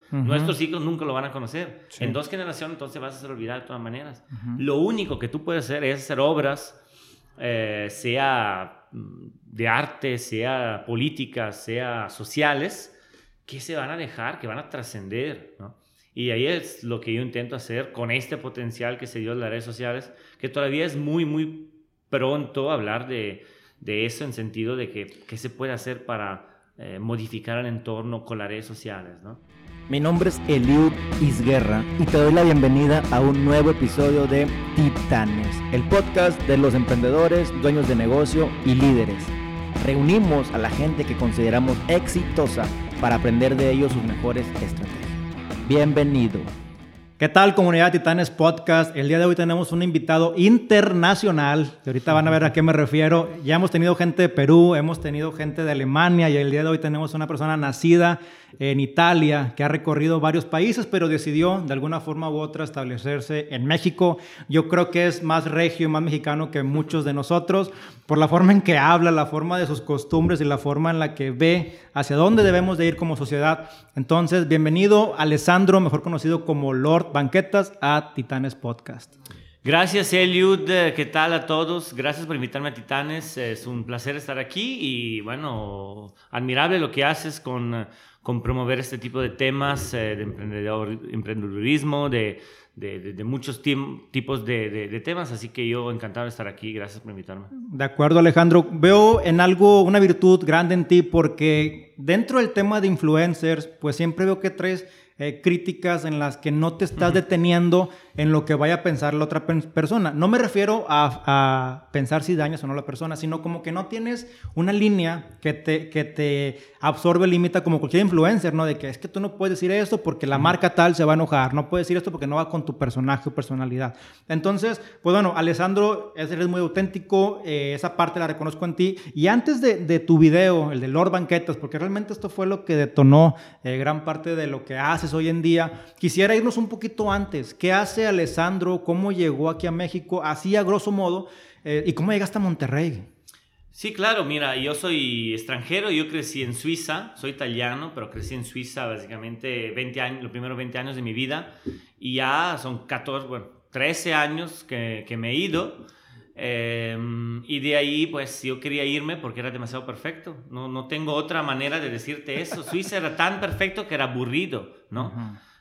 Nuestros hijos nunca lo van a conocer. Sí. En 2 generaciones entonces vas a ser olvidado de todas maneras. Lo único que tú puedes hacer es hacer obras, sea de arte, sea políticas, sea sociales, que se van a dejar, que van a trascender, ¿no? Y ahí es lo que yo intento hacer con este potencial que se dio en las redes sociales, que todavía es muy, muy pronto hablar de eso, en sentido de que qué se puede hacer para modificar el entorno con las redes sociales, ¿no? Mi nombre es Eliud Isguerra y te doy la bienvenida a un nuevo episodio de Titanes, el podcast de los emprendedores, dueños de negocio y líderes. Reunimos a la gente que consideramos exitosa para aprender de ellos sus mejores estrategias. Bienvenido. ¿Qué tal, comunidad Titanes Podcast? El día de hoy tenemos un invitado internacional, que ahorita van a ver a qué me refiero. Ya hemos tenido gente de Perú, hemos tenido gente de Alemania y el día de hoy tenemos una persona nacida en Italia que ha recorrido varios países, pero decidió de alguna forma u otra establecerse en México. Yo creo que es más regio, más mexicano que muchos de nosotros por la forma en que habla, la forma de sus costumbres y la forma en la que ve hacia dónde debemos de ir como sociedad. Entonces, bienvenido Alessandro, mejor conocido como Lord Banquetas, a Titanes Podcast. Gracias, Eliud. ¿Qué tal a todos? Gracias por invitarme a Titanes. Es un placer estar aquí y, bueno, admirable lo que haces con promover este tipo de temas de emprendedurismo, de muchos tipos de temas. Así que yo encantado de estar aquí. Gracias por invitarme. De acuerdo, Alejandro. Veo en algo una virtud grande en ti porque dentro del tema de influencers, pues siempre veo que traes críticas en las que no te estás deteniendo en lo que vaya a pensar la otra persona. No me refiero a pensar si dañas o no a la persona, sino como que no tienes una línea que te absorbe, limita, como cualquier influencer, ¿no? De que es que tú no puedes decir esto porque la marca tal se va a enojar, no puedes decir esto porque no va con tu personaje o personalidad. Entonces, pues bueno, Alessandro, eres muy auténtico, esa parte la reconozco en ti. Y antes de tu video, el de Lord Banquetas, porque realmente esto fue lo que detonó gran parte de lo que haces hoy en día, quisiera irnos un poquito antes. ¿Qué hace Alessandro? ¿Cómo llegó aquí a México? Así a grosso modo. ¿Y cómo llegaste a Monterrey? Sí, claro. Mira, yo soy extranjero. Yo crecí en Suiza. Soy italiano, pero crecí en Suiza básicamente 20 años, los primeros 20 años de mi vida. Y ya son 13 años que me he ido. Y de ahí, pues, yo quería irme porque era demasiado perfecto. No tengo otra manera de decirte eso. Suiza era tan perfecto que era aburrido, ¿no?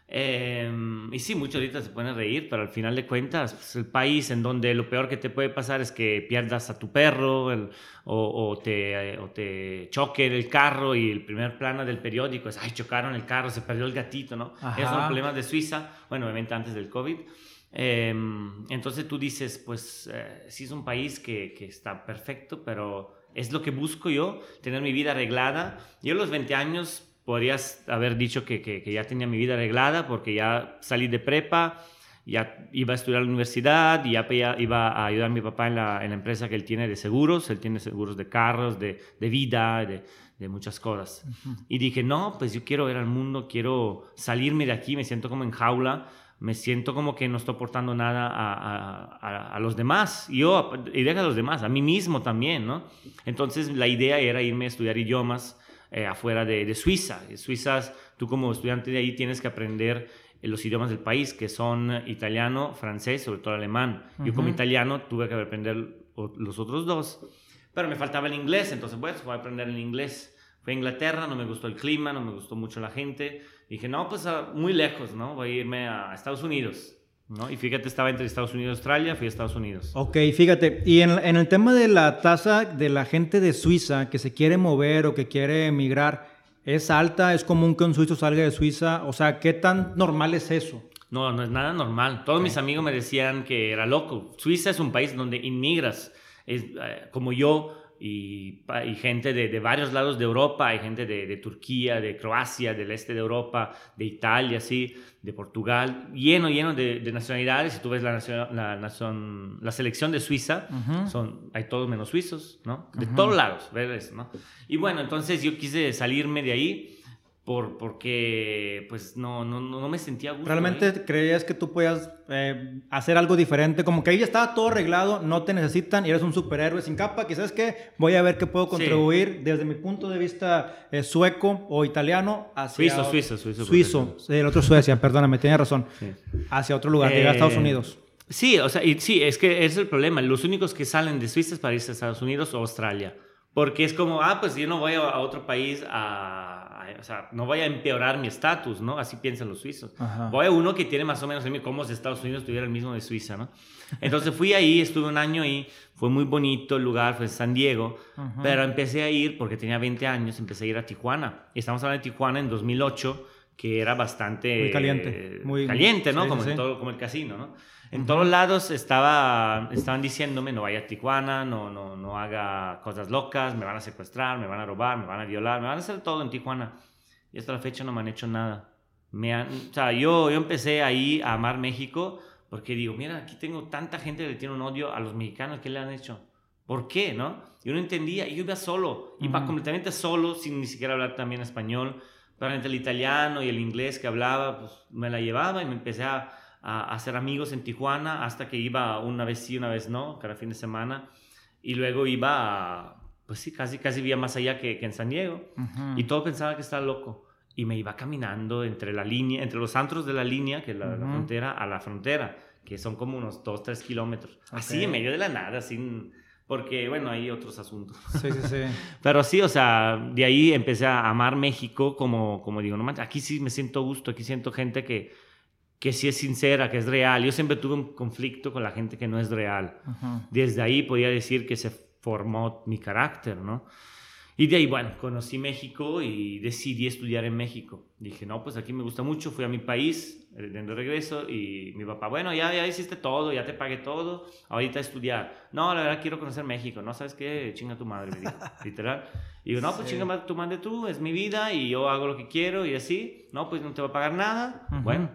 Y sí, muchos ahorita se pueden reír, pero al final de cuentas, pues, el país en donde lo peor que te puede pasar es que pierdas a tu perro o te choque el carro y el primer plano del periódico es, ay, chocaron el carro, se perdió el gatito, ¿no? Esos son los problemas de Suiza, bueno, obviamente antes del COVID. Entonces tú dices, pues sí es un país que está perfecto, pero es lo que busco yo, tener mi vida arreglada. Yo a los 20 años podrías haber dicho que ya tenía mi vida arreglada porque ya salí de prepa, ya iba a estudiar a la universidad y ya iba a ayudar a mi papá en la empresa que él tiene de seguros. Él tiene seguros de carros, de vida, de muchas cosas. Y dije, no, pues yo quiero ver al mundo, quiero salirme de aquí, me siento como en jaula. Me siento como que no estoy aportando nada a los demás. Y deja a los demás, a mí mismo también, ¿no? Entonces la idea era irme a estudiar idiomas afuera de Suiza. En Suiza, tú como estudiante de ahí tienes que aprender los idiomas del país, que son italiano, francés, sobre todo alemán. Yo como italiano tuve que aprender los otros dos, pero me faltaba el inglés, entonces pues voy a aprender el inglés. Fui a Inglaterra, no me gustó el clima, no me gustó mucho la gente. Dije, no, pues muy lejos, ¿no? Voy a irme a Estados Unidos, ¿no? Y fíjate, estaba entre Estados Unidos y Australia, fui a Estados Unidos. Ok, fíjate, y en el tema de la tasa de la gente de Suiza que se quiere mover o que quiere emigrar, ¿es alta? ¿Es común que un suizo salga de Suiza? O sea, ¿qué tan normal es eso? No es nada normal. Todos mis amigos me decían que era loco. Suiza es un país donde inmigras, como yo, y gente de varios lados de Europa. Hay gente de Turquía, de Croacia, del este de Europa, de Italia, sí, de Portugal, lleno de nacionalidades. Si tú ves la selección de Suiza, hay todos menos suizos, ¿no? De todos lados, ¿ves? ¿No? Y bueno, entonces yo quise salirme de ahí porque pues no me sentía a gusto. ¿Realmente creías que tú podías hacer algo diferente? Como que ahí ya estaba todo arreglado, no te necesitan y eres un superhéroe sin capa, que sabes qué, voy a ver qué puedo contribuir desde mi punto de vista sueco o italiano hacia... Suizo, el otro Suecia, perdóname, tienes razón. Sí. Hacia otro lugar, llegar a Estados Unidos. Sí, o sea, sí, es que ese es el problema. Los únicos que salen de Suiza es para irse a Estados Unidos o Australia. Porque es como, pues yo no voy a otro país o sea, no voy a empeorar mi estatus, ¿no? Así piensan los suizos. Ajá. Voy a uno que tiene más o menos como si Estados Unidos tuviera el mismo de Suiza, ¿no? Entonces fui ahí, estuve un año ahí, fue muy bonito el lugar, fue en San Diego, ajá, pero empecé a ir, porque tenía 20 años, empecé a ir a Tijuana. Y estamos hablando de Tijuana en 2008, que era bastante... Muy caliente. Muy caliente, ¿no? Sí, como, sí. Como el casino, ¿no? En todos lados estaban diciéndome, no vaya a Tijuana, no haga cosas locas, me van a secuestrar, me van a robar, me van a violar, me van a hacer todo en Tijuana. Y hasta la fecha no me han hecho nada. O sea, yo empecé ahí a amar México porque digo, mira, aquí tengo tanta gente que le tiene un odio a los mexicanos, ¿qué le han hecho? ¿Por qué, no? Yo no entendía, yo iba solo, iba completamente solo, sin ni siquiera hablar también español. Pero entre el italiano y el inglés que hablaba, pues me la llevaba y me empecé a hacer amigos en Tijuana hasta que iba una vez sí, una vez no, cada fin de semana. Y luego iba pues sí, casi vivía más allá que en San Diego. Y todo pensaba que estaba loco. Y me iba caminando entre los antros de la línea, que es la frontera, a la frontera, que son como unos 2-3 kilómetros. Okay. Así, en medio de la nada, sin... Porque, bueno, hay otros asuntos. Sí. Pero sí, o sea, de ahí empecé a amar México como digo, no manches, aquí sí me siento a gusto, aquí siento gente que sí es sincera, que es real. Yo siempre tuve un conflicto con la gente que no es real. Desde ahí podía decir que se formó mi carácter, ¿no? Y de ahí, bueno, conocí México y decidí estudiar en México. Dije, no, pues aquí me gusta mucho. Fui a mi país de regreso y mi papá, bueno, ya hiciste todo, ya te pagué todo, ahorita a estudiar. No, la verdad quiero conocer México. No, ¿sabes qué? Chinga tu madre, me dijo, literal. Y digo, no, pues chinga tu madre tú, es mi vida y yo hago lo que quiero y así. No, pues no te voy a pagar nada. Bueno.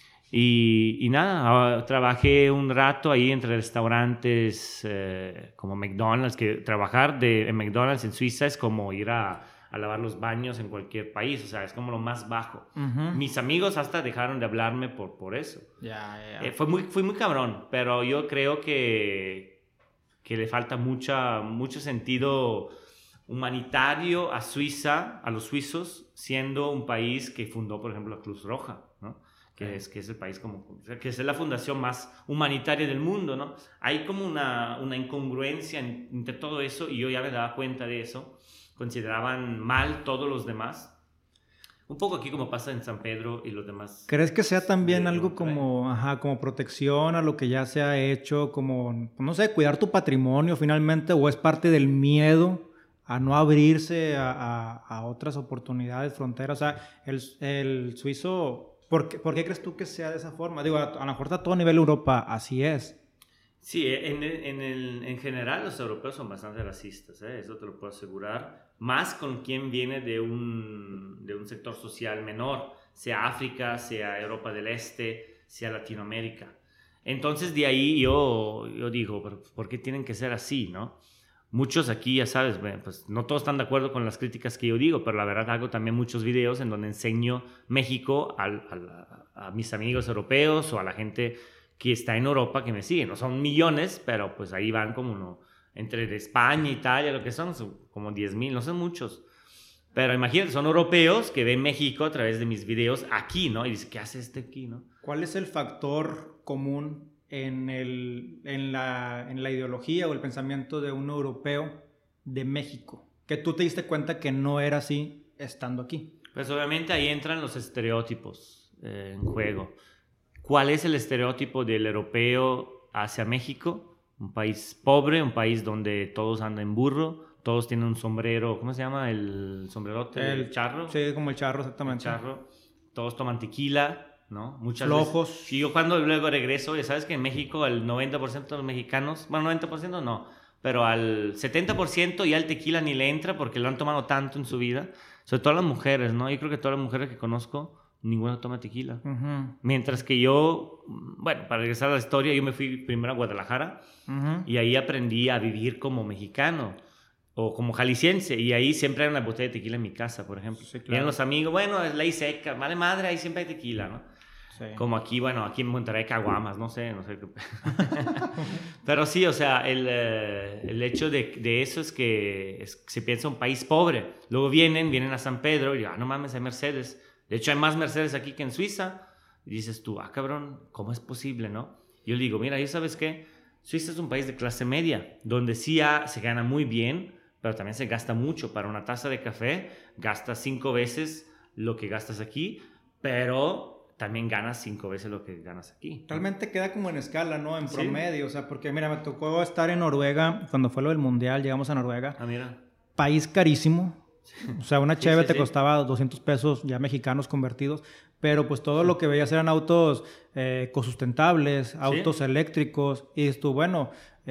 Y nada, trabajé un rato ahí entre restaurantes como McDonald's, que trabajar en McDonald's en Suiza es como ir a lavar los baños en cualquier país, o sea, es como lo más bajo. Mis amigos hasta dejaron de hablarme por eso. Fue muy cabrón, pero yo creo que le falta mucho sentido humanitario a Suiza, a los suizos, siendo un país que fundó, por ejemplo, la Cruz Roja, ¿no? Que es el país que es la fundación más humanitaria del mundo, ¿no? Hay como una incongruencia entre todo eso y yo ya me daba cuenta de eso. Consideraban mal todos los demás. Un poco aquí como pasa en San Pedro y los demás. ¿Crees que sea también algo como protección a lo que ya se ha hecho? Como, no sé, cuidar tu patrimonio finalmente, o es parte del miedo a no abrirse a otras oportunidades, fronteras? O sea, el suizo... ¿Por qué crees tú que sea de esa forma? Digo, a lo mejor a todo nivel Europa así es. Sí, en general los europeos son bastante racistas, eso te lo puedo asegurar. Más con quien viene de un sector social menor, sea África, sea Europa del Este, sea Latinoamérica. Entonces de ahí yo digo, ¿por qué tienen que ser así, no? Muchos aquí, ya sabes, pues no todos están de acuerdo con las críticas que yo digo, pero la verdad hago también muchos videos en donde enseño México a mis amigos europeos o a la gente que está en Europa que me siguen. No son millones, pero pues ahí van como entre España, Italia, lo que son como 10,000, no son muchos. Pero imagínate, son europeos que ven México a través de mis videos aquí, ¿no? Y dicen, ¿qué hace aquí, no? ¿Cuál es el factor común en la ideología o el pensamiento de un europeo de México, que tú te diste cuenta que no era así estando aquí? Pues obviamente ahí entran los estereotipos en juego. ¿Cuál es el estereotipo del europeo hacia México? Un país pobre, un país donde todos andan en burro, todos tienen un sombrero, ¿cómo se llama? El sombrerote, el charro. Sí, como el charro, exactamente. El charro. Todos toman tequila, ¿no? Muchas flojos. Veces. Y yo cuando luego regreso, ya sabes que en México el 90% de los mexicanos, bueno, 90% no, pero al 70% ya el tequila ni le entra porque lo han tomado tanto en su vida, sobre todo las mujeres, ¿no? Yo creo que todas las mujeres que conozco, ninguna toma tequila. Mientras que yo, bueno, para regresar a la historia, yo me fui primero a Guadalajara y ahí aprendí a vivir como mexicano. o como jalisciense, y ahí siempre hay una botella de tequila en mi casa, por ejemplo. Sí, claro. Vienen los amigos, bueno, es ley seca, vale madre, ahí siempre hay tequila, ¿no? Sí. Como aquí, bueno, aquí en Monterrey caguamas, no sé qué. Pero sí, o sea, el hecho de eso es que se piensa un país pobre. Luego vienen a San Pedro y digo, no mames, hay Mercedes. De hecho, hay más Mercedes aquí que en Suiza. Y dices tú, cabrón, ¿cómo es posible, no? Yo digo, mira, ¿y sabes qué? Suiza es un país de clase media, donde sí se gana muy bien, pero también se gasta mucho. Para una taza de café, gastas 5 veces lo que gastas aquí, pero también ganas 5 veces lo que ganas aquí. Realmente queda como en escala, ¿no? En promedio, o sea, porque mira, me tocó estar en Noruega, cuando fue lo del Mundial, llegamos a Noruega. Mira. País carísimo. O sea, una cheve te costaba 200 pesos ya mexicanos convertidos, pero pues todo lo que veías eran autos ecosustentables, autos eléctricos, y esto, bueno,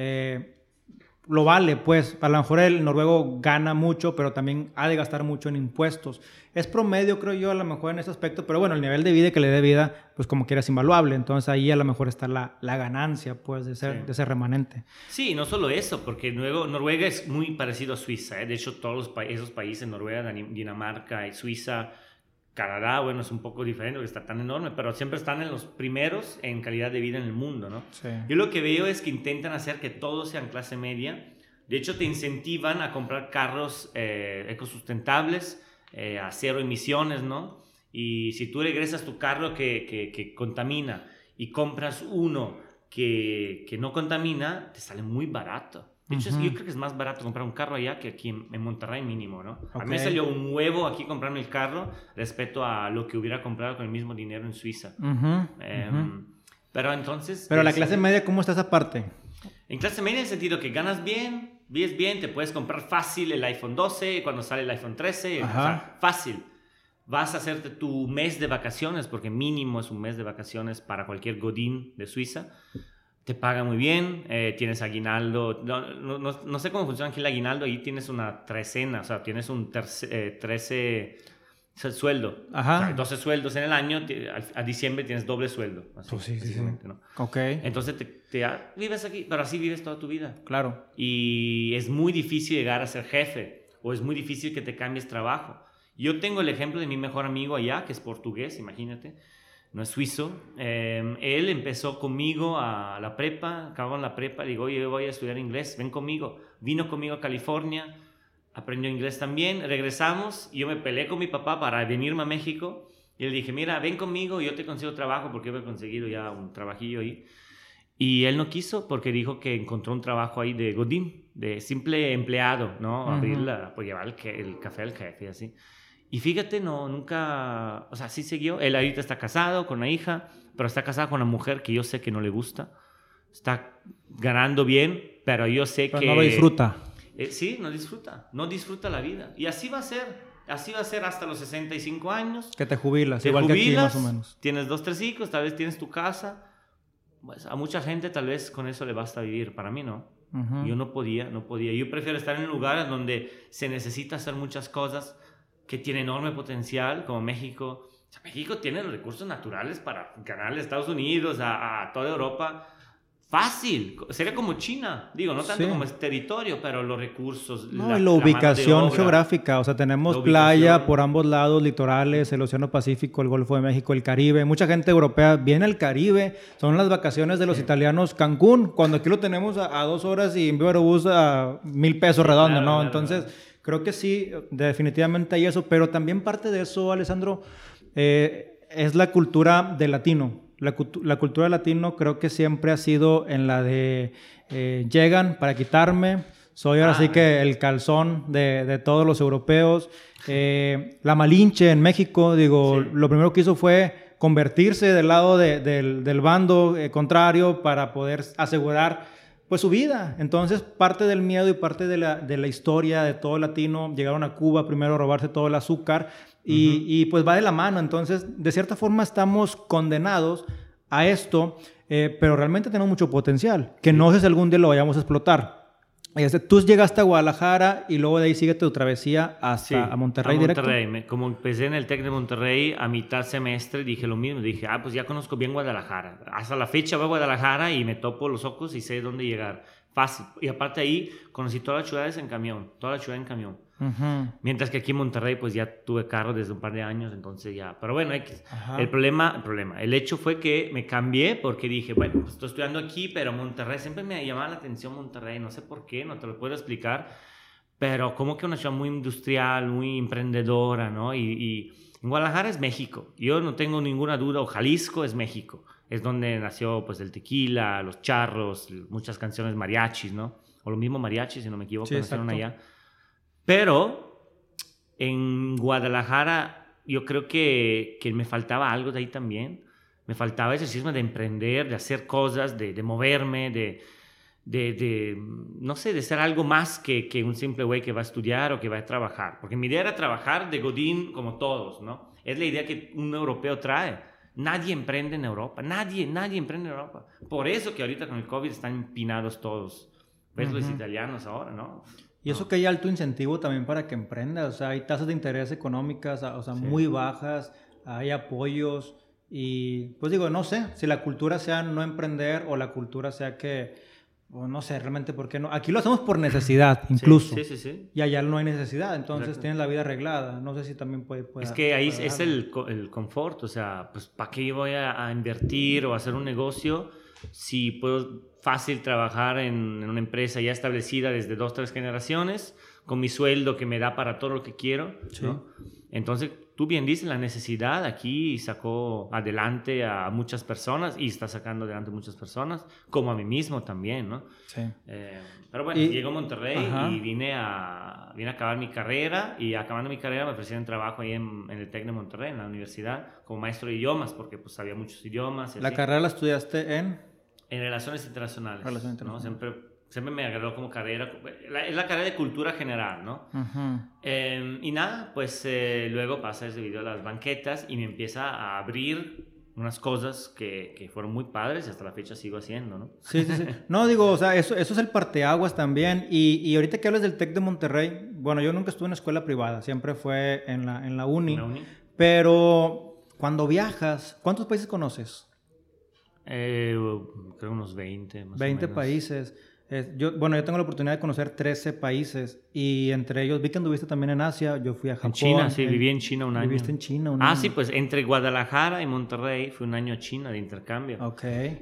lo vale, pues. A lo mejor el noruego gana mucho, pero también ha de gastar mucho en impuestos. Es promedio, creo yo, a lo mejor en ese aspecto, pero bueno, el nivel de vida que le dé vida, pues como quiera es invaluable. Entonces ahí a lo mejor está la ganancia, pues, de ese remanente. Sí, no solo eso, porque Noruega es muy parecido a Suiza, ¿eh? De hecho, todos esos países, Noruega, Dinamarca y Suiza, Canadá, bueno, es un poco diferente porque está tan enorme, pero siempre están en los primeros en calidad de vida en el mundo, ¿no? Sí. Yo lo que veo es que intentan hacer que todos sean clase media. De hecho, te incentivan a comprar carros ecosustentables, a 0 emisiones, ¿no? Y si tú regresas tu carro que contamina y compras uno que no contamina, te sale muy barato. De hecho, yo creo que es más barato comprar un carro allá que aquí en Monterrey mínimo, ¿no? A mí me salió un huevo aquí comprarme el carro respecto a lo que hubiera comprado con el mismo dinero en Suiza. Pero entonces... Pero la clase media, ¿cómo está esa parte? En clase media en el sentido que ganas bien, vives bien, te puedes comprar fácil el iPhone 12 cuando sale el iPhone 13, o sea, fácil. Vas a hacerte tu mes de vacaciones, porque mínimo es un mes de vacaciones para cualquier godín de Suiza. Te paga muy bien, tienes aguinaldo, no sé cómo funciona aquí el aguinaldo, ahí tienes una trecena, o sea, tienes un 13 sueldo, o sea, 12 sueldos en el año, a diciembre tienes doble sueldo, así, pues sí. ¿no? Okay. Entonces vives aquí, pero así vives toda tu vida. Claro. Y es muy difícil llegar a ser jefe, o es muy difícil que te cambies trabajo. Yo tengo el ejemplo de mi mejor amigo allá, que es portugués, imagínate, no es suizo. Él empezó conmigo a la prepa, acabó en la prepa, le digo, oye, yo voy a estudiar inglés, ven conmigo. Vino conmigo a California, aprendió inglés también, regresamos y yo me peleé con mi papá para venirme a México y le dije, mira, ven conmigo, yo te consigo trabajo porque yo he conseguido ya un trabajillo ahí. Y él no quiso porque dijo que encontró un trabajo ahí de godín, de simple empleado, ¿no? Pues llevar el café al jefe y así. Y fíjate, nunca, o sea, sí siguió. Él ahorita está casado con una hija, pero está casado con una mujer que yo sé que no le gusta. Está ganando bien, pero yo sé que... no lo disfruta. Sí, no disfruta la vida. Y así va a ser hasta los 65 años. Que te jubilas, igual que aquí más o menos. Tienes 2, 3 hijos, tal vez tienes tu casa. Pues a mucha gente tal vez con eso le basta vivir, para mí no. Yo no podía. Yo prefiero estar en lugares donde se necesita hacer muchas cosas que tienen enorme potencial, como México. O sea, México tiene los recursos naturales para ganarle a Estados Unidos, a toda Europa. Fácil, sería como China, digo, no tanto como es territorio, pero los recursos, la ubicación geográfica, o sea, tenemos playa por ambos lados, litorales, el Océano Pacífico, el Golfo de México, el Caribe. Mucha gente europea viene al Caribe, son las vacaciones de los italianos Cancún, cuando aquí lo tenemos a 2 horas y en Vivarobús a 1,000 pesos redondo, ¿no? Entonces, creo que sí, definitivamente hay eso, pero también parte de eso, Alessandro, es la cultura del latino. La cultura latino creo que siempre ha sido en la de llegan para quitarme, soy ahora sí que el calzón de todos los europeos. La Malinche en México, digo, lo primero que hizo fue convertirse del lado del bando contrario para poder asegurar pues su vida. Entonces parte del miedo y parte de la historia de todo latino, llegaron a Cuba primero a robarse todo el azúcar y pues va de la mano. Entonces de cierta forma estamos condenados a esto, pero realmente tenemos mucho potencial, que no sé si algún día lo vayamos a explotar. Tú llegaste a Guadalajara y luego de ahí sigue tu travesía hasta a Monterrey directo. Como empecé en el TEC de Monterrey a mitad semestre, dije lo mismo. Dije, pues ya conozco bien Guadalajara. Hasta la fecha voy a Guadalajara y me topo los ojos y sé dónde llegar. fácil. Y aparte ahí conocí todas las ciudades en camión, toda la ciudad en camión. Mientras que aquí en Monterrey pues ya tuve carro desde un par de años, entonces ya, pero bueno, el hecho fue que me cambié porque dije, bueno, pues estoy estudiando aquí, pero Monterrey, siempre me llamaba la atención Monterrey, no sé por qué, no te lo puedo explicar, pero como que una ciudad muy industrial, muy emprendedora, ¿no? Y en Guadalajara es México, yo no tengo ninguna duda, o Jalisco es México, es donde nació pues el tequila, los charros, muchas canciones mariachis, ¿no? O lo mismo mariachis, si no me equivoco, nacieron allá. Pero en Guadalajara yo creo que me faltaba algo de ahí también. Me faltaba ese cisma de emprender, de hacer cosas, de moverme, no sé, de ser algo más que un simple güey que va a estudiar o que va a trabajar. Porque mi idea era trabajar de godín como todos, ¿no? Es la idea que un europeo trae. Nadie emprende en Europa. Nadie emprende en Europa. Por eso que ahorita con el COVID están empinados todos. ¿Ves los italianos ahora, no? Y eso que hay alto incentivo también para que emprendas, o sea, hay tasas de interés económicas, o sea, muy bajas, hay apoyos y pues digo, no sé, si la cultura sea no emprender o la cultura sea que, o no sé, realmente por qué no. Aquí lo hacemos por necesidad incluso. Sí. Y allá no hay necesidad, entonces tienen la vida arreglada. No sé si también puede es que ahí es el confort, o sea, pues ¿para qué voy a invertir o hacer un negocio si puedo fácil trabajar en una empresa ya establecida desde 2, 3 generaciones, con mi sueldo que me da para todo lo que quiero, ¿no? Entonces, tú bien dices, la necesidad aquí sacó adelante a muchas personas y está sacando adelante a muchas personas, como a mí mismo también, ¿no? Sí. Pero bueno, llego a Monterrey y vine a acabar mi carrera, y acabando mi carrera me ofrecieron trabajo ahí en el TEC de Monterrey, en la universidad, como maestro de idiomas, porque pues sabía muchos idiomas. ¿La carrera la estudiaste en...? En Relaciones Internacionales. ¿No? Siempre me agradó como carrera. Es la carrera de cultura general, ¿no? Y nada, pues luego pasa ese video a las banquetas y me empieza a abrir unas cosas que fueron muy padres y hasta la fecha sigo haciendo, ¿no? Sí. No, digo, o sea, eso es el parteaguas también. Y ahorita que hablas del TEC de Monterrey, bueno, yo nunca estuve en una escuela privada, siempre fue en la uni. Pero cuando viajas, ¿cuántos países conoces? Creo unos 20 más 20 o menos. países. Yo tengo la oportunidad de conocer 13 países y entre ellos vi que anduviste también en Asia. Yo fui a Japón. En China, sí, viví en China un año. ¿Viviste en China un año? Sí, pues entre Guadalajara y Monterrey fui un año a China de intercambio. Ok.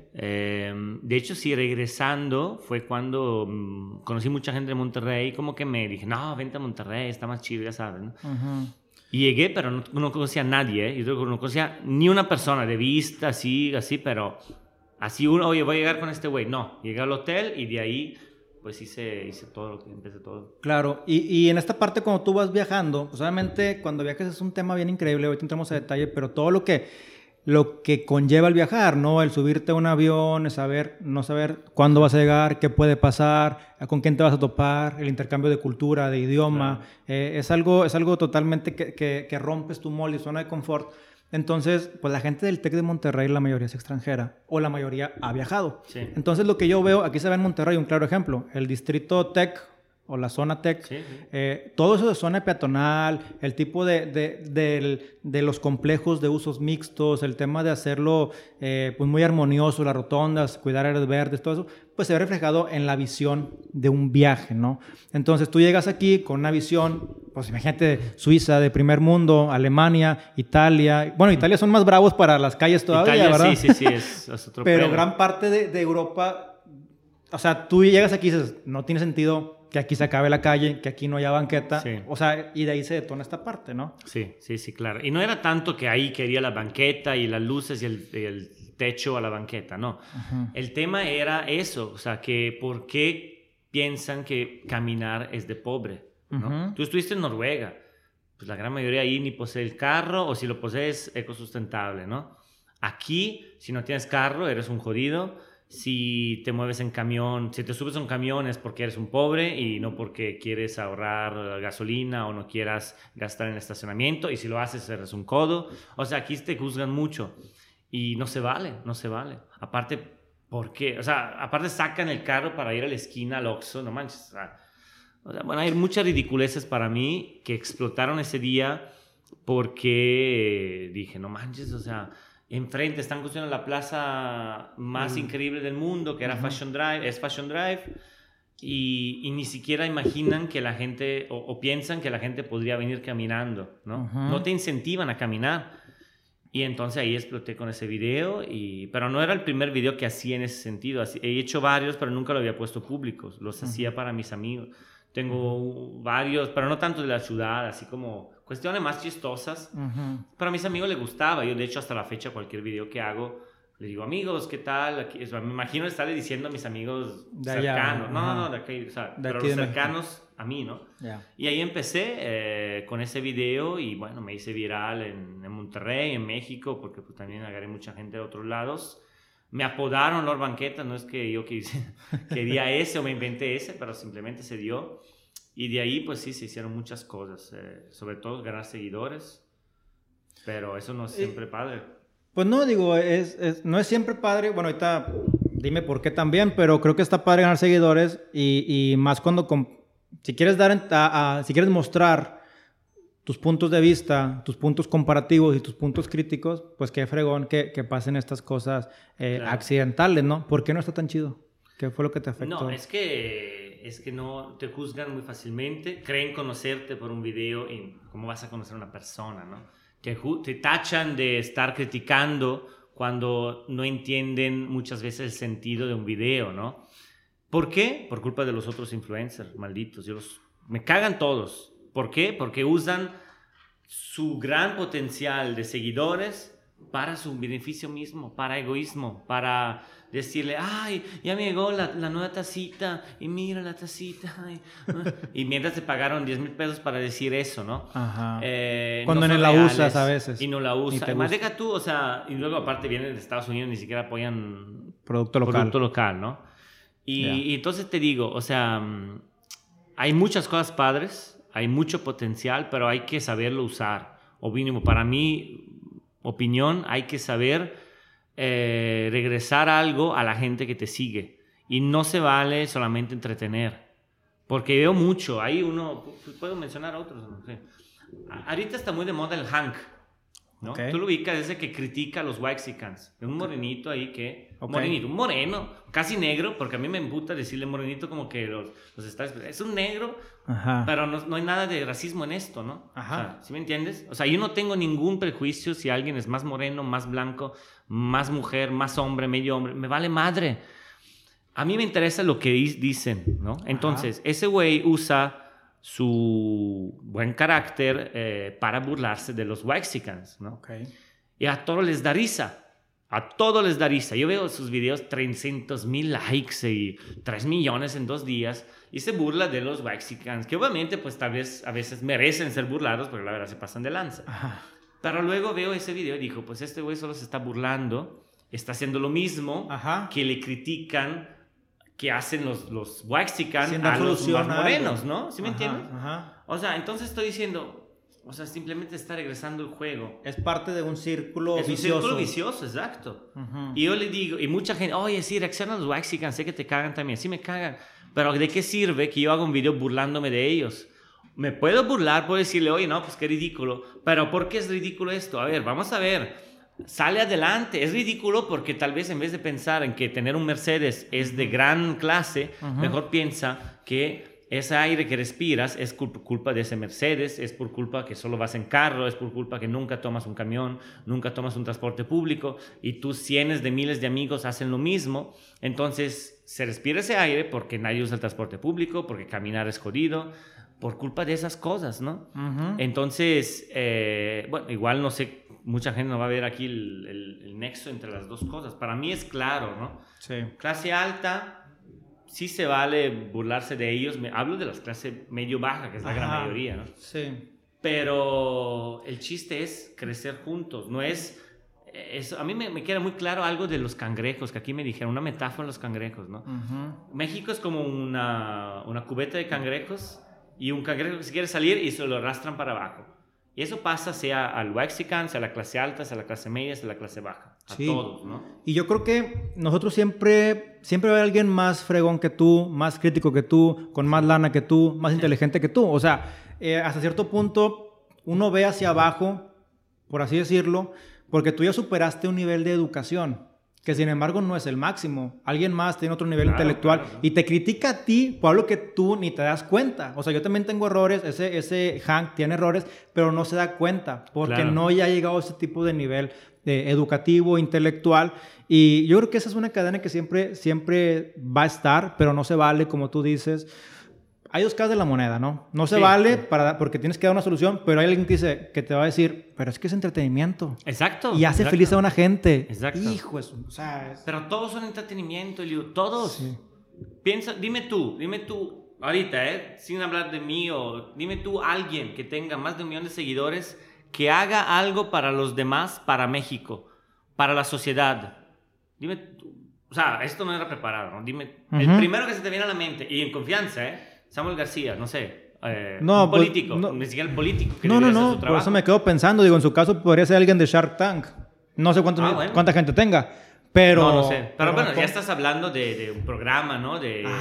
De hecho, sí, regresando fue cuando conocí mucha gente de Monterrey, como que me dije, no, vente a Monterrey, está más chido, ya sabes, ¿no? Y llegué, pero no conocía a nadie, ¿eh? Yo no conocía ni una persona de vista, así, pero así oye, voy a llegar con este güey. No, llegué al hotel y de ahí, pues hice todo lo que empecé todo. Claro, y en esta parte cuando tú vas viajando, pues obviamente cuando viajas es un tema bien increíble, ahorita entramos a detalle, pero todo lo que conlleva el viajar, ¿no? El subirte a un avión, no saber cuándo vas a llegar, qué puede pasar, con quién te vas a topar, el intercambio de cultura, de idioma, es algo totalmente que rompes tu molde y zona de confort. Entonces, pues la gente del TEC de Monterrey, la mayoría es extranjera, o la mayoría ha viajado. Sí. Entonces, lo que yo veo, aquí se ve en Monterrey un claro ejemplo, el distrito TEC, o la zona TEC, todo eso de zona peatonal, el tipo de los complejos de usos mixtos, el tema de hacerlo pues muy armonioso, las rotondas, cuidar áreas verdes, todo eso, pues se ve reflejado en la visión de un viaje, ¿no? Entonces tú llegas aquí con una visión, pues imagínate, Suiza de primer mundo, Alemania, Italia. Bueno, Italia son más bravos para las calles todavía, Italia, ¿verdad? Sí, es otro Pero pelo. gran parte de Europa, o sea, tú llegas aquí y dices, no tiene sentido que aquí se acabe la calle, que aquí no haya banqueta. Sí. O sea, y de ahí se detona esta parte, ¿no? Sí, claro. Y no era tanto que ahí quería la banqueta y las luces y el techo a la banqueta, no. El tema era eso, o sea, que ¿por qué piensan que caminar es de pobre? ¿No? Tú estuviste en Noruega, pues la gran mayoría ahí ni posee el carro, o si lo posees, ecosustentable, ¿no? Aquí, si no tienes carro, eres un jodido. Si te mueves en camión, si te subes a un camión es porque eres un pobre y no porque quieres ahorrar gasolina o no quieras gastar en el estacionamiento, y si lo haces eres un codo. O sea, aquí te juzgan mucho y no se vale. Aparte, ¿por qué? O sea, aparte sacan el carro para ir a la esquina al Oxxo, no manches. O sea, bueno, hay muchas ridiculeces para mí que explotaron ese día porque dije, no manches, o sea, enfrente están construyendo la plaza más increíble del mundo, que era Fashion Drive, y ni siquiera imaginan que la gente, o piensan que la gente podría venir caminando, ¿no? No te incentivan a caminar. Y entonces ahí exploté con ese video, pero no era el primer video que hacía en ese sentido. He hecho varios, pero nunca lo había puesto públicos. Los hacía para mis amigos. Tengo varios, pero no tanto de la ciudad, así como cuestiones más chistosas. Pero a mis amigos les gustaba. Yo, de hecho, hasta la fecha, cualquier video que hago, les digo, amigos, ¿qué tal? Aquí, o sea, me imagino estarle diciendo a mis amigos de cercanos. Allá, no, de aquí, o sea, pero los cercanos a mí, ¿no? Y ahí empecé con ese video y, bueno, me hice viral en Monterrey, en México, porque pues, también agarré mucha gente de otros lados. Me apodaron Lord Banqueta, no es que yo quería ese o me inventé ese, pero simplemente se dio. Y de ahí, pues sí, se hicieron muchas cosas, sobre todo ganar seguidores, pero eso no es siempre padre. Pues no, digo, no es siempre padre. Bueno, ahorita dime por qué también, pero creo que está padre ganar seguidores y más cuando, si quieres si quieres mostrar tus puntos de vista, tus puntos comparativos y tus puntos críticos, pues qué fregón que pasen estas cosas claro, accidentales, ¿no? ¿Por qué no está tan chido? ¿Qué fue lo que te afectó? No, es que no te juzgan muy fácilmente, creen conocerte por un video y cómo vas a conocer a una persona, ¿no? Te tachan de estar criticando cuando no entienden muchas veces el sentido de un video, ¿no? ¿Por qué? Por culpa de los otros influencers, malditos. Me cagan todos. ¿Por qué? Porque usan su gran potencial de seguidores para su beneficio mismo, para egoísmo, para decirle, ay, ya me llegó la nueva tacita, y mira la tacita, y mientras te pagaron 10,000 pesos para decir eso, ¿no? Ajá. Cuando no la usas a veces. Y no la usas. Además, deja tú, o sea, y luego aparte vienen de Estados Unidos, ni siquiera apoyan producto local, ¿no? Y entonces te digo, o sea, hay muchas cosas padres, hay mucho potencial, pero hay que saberlo usar. O mínimo, para mi opinión, hay que saber regresar algo a la gente que te sigue. Y no se vale solamente entretener. Porque veo mucho, hay uno, puedo mencionar otros, no sé. Ahorita está muy de moda el Hank, ¿no? Okay. Tú lo ubicas, ese que critica a los Waxicans. Es un morenito ahí que... Okay. Morenito, un moreno, casi negro, porque a mí me emputa decirle morenito como que los está... Es un negro, ajá, pero no hay nada de racismo en esto, ¿no? Ajá. O sea, ¿sí me entiendes? O sea, yo no tengo ningún prejuicio si alguien es más moreno, más blanco, más mujer, más hombre, medio hombre. Me vale madre. A mí me interesa lo que dicen, ¿no? Entonces, ajá, ese güey usa su buen carácter para burlarse de los Waxicans, ¿no? Okay. Y a todos les da risa. A todos les da risa. Yo veo sus videos, 300,000 likes y 3 millones en 2 días. Y se burla de los Waxicans, que obviamente, pues tal vez a veces merecen ser burlados, porque la verdad se pasan de lanza. Ajá. Pero luego veo ese video y digo, pues este güey solo se está burlando, está haciendo lo mismo, ajá, que le critican, que hacen los Waxicans a los más morenos, ¿no? ¿Sí me entiendes? Ajá. O sea, entonces estoy diciendo... O sea, simplemente está regresando el juego. Es parte de un círculo vicioso. Es un círculo vicioso, exacto. Uh-huh. Y yo le digo, y mucha gente, oye, sí, reaccionan los Waxicans, sé que te cagan también. Sí me cagan. Pero ¿de qué sirve que yo haga un video burlándome de ellos? Me puedo burlar, puedo decirle, oye, no, pues qué ridículo. Pero ¿por qué es ridículo esto? A ver, vamos a ver. Sale adelante. Es ridículo porque tal vez en vez de pensar en que tener un Mercedes es de gran clase, uh-huh, mejor piensa que... ese aire que respiras es culpa de ese Mercedes, es por culpa que solo vas en carro, es por culpa que nunca tomas un camión, nunca tomas un transporte público y tus cientos de miles de amigos hacen lo mismo. Entonces se respira ese aire porque nadie usa el transporte público, porque caminar es jodido, por culpa de esas cosas, ¿no? Uh-huh. Entonces, bueno, igual no sé, mucha gente no va a ver aquí el nexo entre las dos cosas. Para mí es claro, ¿no? Sí. Clase alta... sí se vale burlarse de ellos. Hablo de las clases medio-baja, que es la, ajá, gran mayoría, ¿no? Sí. Pero el chiste es crecer juntos. No es... Eso, a mí me queda muy claro algo de los cangrejos, que aquí me dijeron, una metáfora de los cangrejos, ¿no? Uh-huh. México es como una cubeta de cangrejos y un cangrejo que se quiere salir y se lo arrastran para abajo. Y eso pasa sea al Waxican, sea a la clase alta, sea a la clase media, sea a la clase baja. A sí, todos, ¿no? Y yo creo que nosotros siempre va a haber alguien más fregón que tú, más crítico que tú, con más lana que tú, más inteligente que tú. O sea, hasta cierto punto uno ve hacia abajo, por así decirlo, porque tú ya superaste un nivel de educación. que sin embargo no es el máximo. Alguien más tiene otro nivel intelectual y te critica a ti por algo que tú ni te das cuenta. O sea, yo también tengo errores, ese Hank tiene errores, pero no se da cuenta porque no ya ha llegado a ese tipo de nivel educativo, intelectual. Y yo creo que esa es una cadena que siempre va a estar, pero no se vale, como tú dices. Hay dos caras de la moneda, ¿no? No se vale porque tienes que dar una solución, pero hay alguien que te va a decir, pero es que es entretenimiento. Exacto. Y hace feliz a una gente. Exacto. Hijo eso. O sea, pero todos son entretenimiento, Eliud. Todos. Sí. Piensa, dime tú, ahorita, sin hablar de mí, dime tú alguien que tenga más de 1 millón de seguidores que haga algo para los demás, para México, para la sociedad. Dime tú. O sea, esto no era preparado, ¿no? Dime, el primero que se te viene a la mente, y en confianza, Samuel García, no sé, un político, ni siquiera el político que debe hacer su trabajo. Por eso me quedo pensando, digo, en su caso podría ser alguien de Shark Tank. No sé cuánta gente tenga, pero... No sé, pero bueno, ya estás hablando de un programa, ¿no?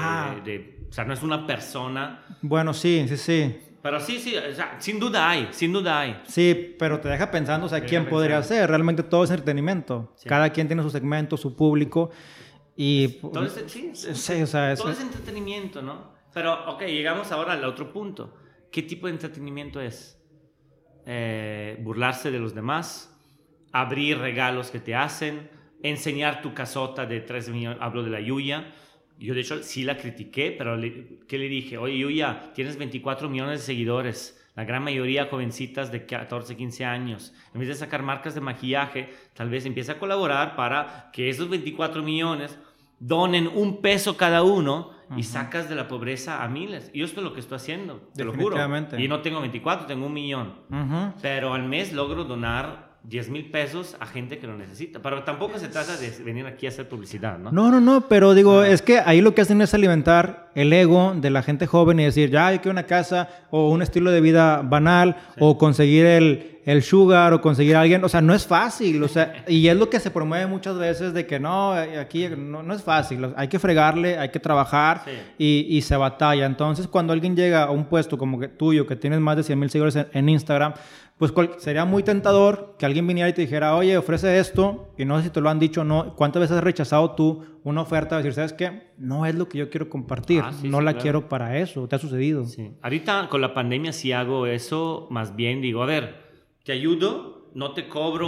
O sea, no es una persona. Bueno, sí. Pero sí, o sea, sin duda hay. Sí, pero te deja pensando, o sea, ¿quién podría ser? Realmente todo es entretenimiento. Sí. Cada quien tiene su segmento, su público y... Todo es entretenimiento, ¿no? Pero, llegamos ahora al otro punto. ¿Qué tipo de entretenimiento es? Burlarse de los demás, abrir regalos que te hacen, enseñar tu casota de 13 millones, hablo de la Yuya. Yo, de hecho, sí la critiqué, pero ¿qué le dije? Oye, Yuya, tienes 24 millones de seguidores, la gran mayoría jovencitas de 14, 15 años. En vez de sacar marcas de maquillaje, tal vez empieza a colaborar para que esos 24 millones donen $1 cada uno y sacas de la pobreza a miles. Y esto es lo que estoy haciendo, te lo juro. Y no tengo 24, tengo 1 millón. Pero al mes logro donar 10,000 pesos a gente que lo necesita. Pero tampoco se trata de venir aquí a hacer publicidad, ¿no? No, pero digo, es que ahí lo que hacen es alimentar el ego de la gente joven y decir, ya, yo quiero una casa o un estilo de vida banal o conseguir el sugar o conseguir a alguien. O sea, no es fácil. O sea, y es lo que se promueve muchas veces de que no, aquí no es fácil. Hay que fregarle, hay que trabajar y se batalla. Entonces, cuando alguien llega a un puesto como que tuyo, que tienes más de 100,000 seguidores en Instagram, pues sería muy tentador que alguien viniera y te dijera, oye, ofrece esto, y no sé si te lo han dicho o no. ¿Cuántas veces has rechazado tú una oferta de decir, ¿sabes qué? No es lo que yo quiero compartir, quiero para eso. ¿Te ha sucedido? Sí. Ahorita con la pandemia sí hago eso, más bien digo, a ver, te ayudo, no te cobro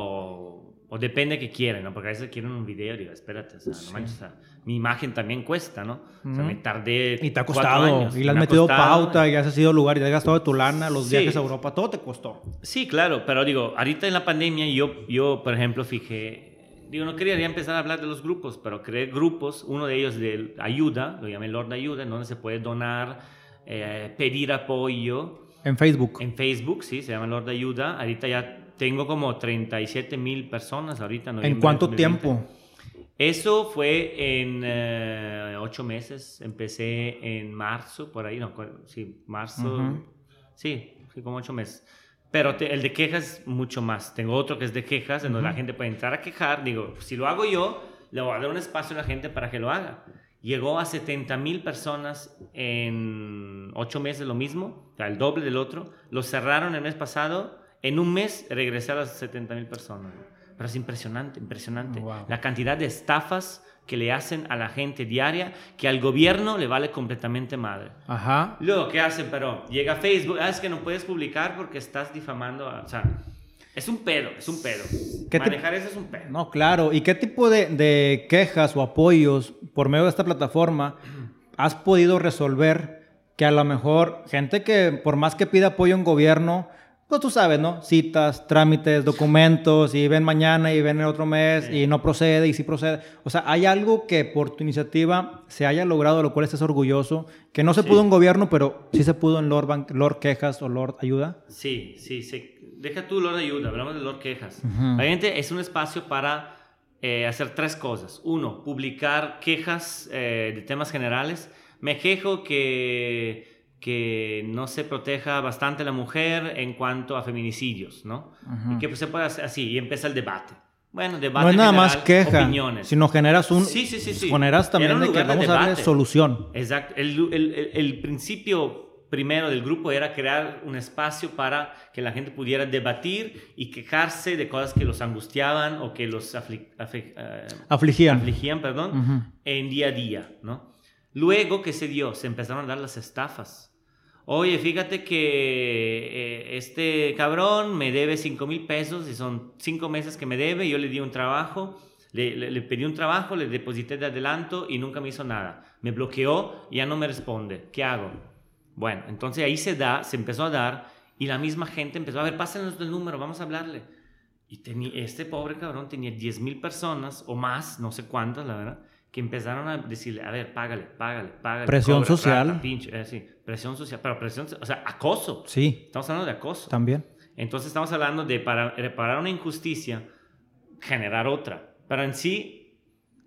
o depende que quieran, ¿no? Porque a veces quieren un video y digo, espérate, o sea, no manches, o sea, mi imagen también cuesta, ¿no? O sea, me tardé y te ha costado, 4 años. Y le has metido pauta, y has ido a lugar, y te has gastado de tu lana, los viajes a Europa, todo te costó. Sí, claro, pero digo, ahorita en la pandemia yo por ejemplo, no quería empezar a hablar de los grupos, pero creé grupos, uno de ellos de ayuda, lo llamé Lord Ayuda, en donde se puede donar, pedir apoyo. En Facebook. En Facebook, sí, se llama Lord Ayuda. Ahorita ya tengo como 37,000 personas ahorita. ¿En cuánto tiempo? Eso fue en 8 meses. Empecé en marzo, por ahí. Marzo. Sí, como 8 meses. Pero el de quejas, mucho más. Tengo otro que es de quejas, en donde la gente puede entrar a quejar. Digo, si lo hago yo, le voy a dar un espacio a la gente para que lo haga. Llegó a 70,000 personas en 8 meses, lo mismo, o sea, el doble del otro. Lo cerraron el mes pasado. En un mes regresé a las 70,000 personas. Pero es impresionante. Wow. La cantidad de estafas que le hacen a la gente diaria, que al gobierno le vale completamente madre. Ajá. Luego, ¿qué hacen? Pero llega Facebook, es que no puedes publicar porque estás difamando o sea, es un pedo. Manejar eso es un pedo. No, claro. ¿Y qué tipo de quejas o apoyos por medio de esta plataforma has podido resolver que a lo mejor gente que por más que pida apoyo en gobierno, pues tú sabes, ¿no? Citas, trámites, documentos, y ven mañana y ven el otro mes, y no procede, y sí procede. O sea, ¿hay algo que por tu iniciativa se haya logrado, de lo cual estés orgulloso? Que no se pudo en gobierno, pero sí se pudo en Lord Quejas o Lord Ayuda. Sí. Deja tú Lord Ayuda, hablamos de Lord Quejas. Obviamente es un espacio para hacer 3 cosas. 1, publicar quejas de temas generales. Me quejo que no se proteja bastante a la mujer en cuanto a feminicidios, ¿no? Y que pues, se pueda hacer así, y empieza el debate. Bueno, debate no es nada general, más queja, opiniones. sino generas Sí. generas también de que vamos a darle solución. Exacto. El principio primero del grupo era crear un espacio para que la gente pudiera debatir y quejarse de cosas que los angustiaban o que los afligían, perdón, en día a día, ¿no? Luego, ¿qué se dio? Se empezaron a dar las estafas. Oye, fíjate que este cabrón me debe 5,000 pesos y son 5 meses que me debe. Yo le di un trabajo, le pedí un trabajo, le deposité de adelanto y nunca me hizo nada. Me bloqueó y ya no me responde. ¿Qué hago? Bueno, entonces ahí se empezó a dar y la misma gente empezó a ver, pásenos el número, vamos a hablarle. Y este pobre cabrón tenía 10,000 personas o más, no sé cuántas, la verdad, que empezaron a decirle, a ver, págale. Presión social. Rata, pinche, sí, presión social, pero presión, o sea, acoso. Sí. Estamos hablando de acoso. También. Entonces estamos hablando de, para reparar una injusticia, generar otra. Pero en sí,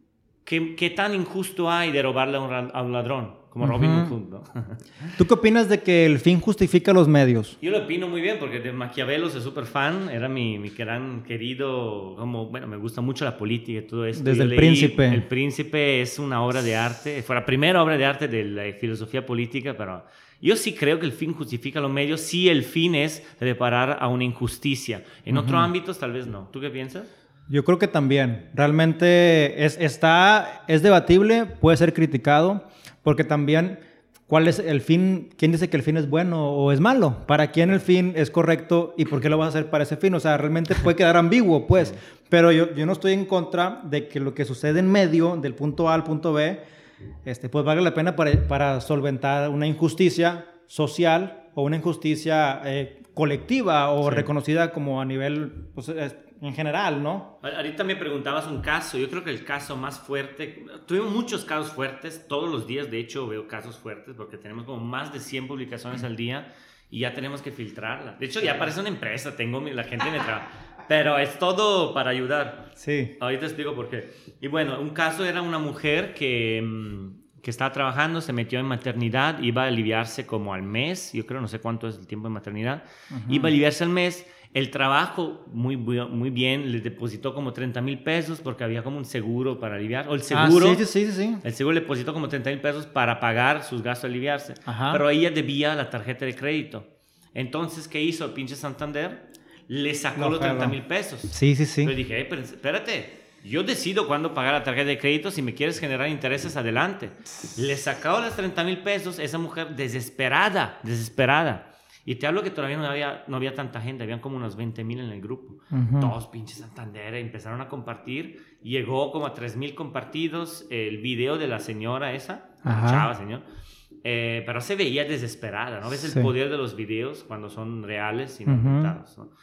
¿qué tan injusto hay de robarle a un ladrón? Como Robin Hood, ¿no? ¿Tú qué opinas de que el fin justifica los medios? Yo lo opino muy bien, porque de Maquiavelo soy súper fan. Era mi gran querido, me gusta mucho la política y todo esto. Desde El Príncipe. El Príncipe es una obra de arte. Fue la primera obra de arte de la filosofía política, pero yo sí creo que el fin justifica los medios. Sí, el fin es reparar a una injusticia. En otros ámbitos, tal vez no. ¿Tú qué piensas? Yo creo que también. Realmente es debatible, puede ser criticado, porque también, ¿cuál es el fin? ¿Quién dice que el fin es bueno o es malo? ¿Para quién el fin es correcto y por qué lo vas a hacer para ese fin? O sea, realmente puede quedar ambiguo, pues. Pero yo no estoy en contra de que lo que sucede en medio, del punto A al punto B, pues valga la pena para solventar una injusticia social o una injusticia colectiva o reconocida como a nivel, pues, en general, ¿no? Ahorita me preguntabas un caso. Yo creo que el caso más fuerte... Tuvimos muchos casos fuertes. Todos los días, de hecho, veo casos fuertes porque tenemos como más de 100 publicaciones al día y ya tenemos que filtrarla. De hecho, ya parece una empresa. La gente me trabaja. Pero es todo para ayudar. Sí. Ahorita explico por qué. Y bueno, un caso era una mujer que estaba trabajando, se metió en maternidad, iba a aliviarse como al mes. Yo creo, no sé cuánto es el tiempo de maternidad. Iba a aliviarse al mes. El trabajo, muy bien, le depositó como 30,000 pesos porque había como un seguro para aliviar. O el seguro, sí. El seguro le depositó como 30,000 pesos para pagar sus gastos de aliviarse. Ajá. Pero ella debía la tarjeta de crédito. Entonces, ¿qué hizo el pinche Santander? Le sacó los 30,000 pesos. Sí. Yo dije, pero espérate, yo decido cuándo pagar la tarjeta de crédito. Si me quieres generar intereses, adelante. Le sacó los 30,000 pesos, esa mujer desesperada. Y te hablo que todavía no había tanta gente, habían como unos 20,000 en el grupo. Todos pinches Santander empezaron a compartir. Llegó como a 3,000 compartidos el video de la señora esa, la chava señor. Pero se veía desesperada, ¿no? Ves el poder de los videos cuando son reales y no inventados, ¿no?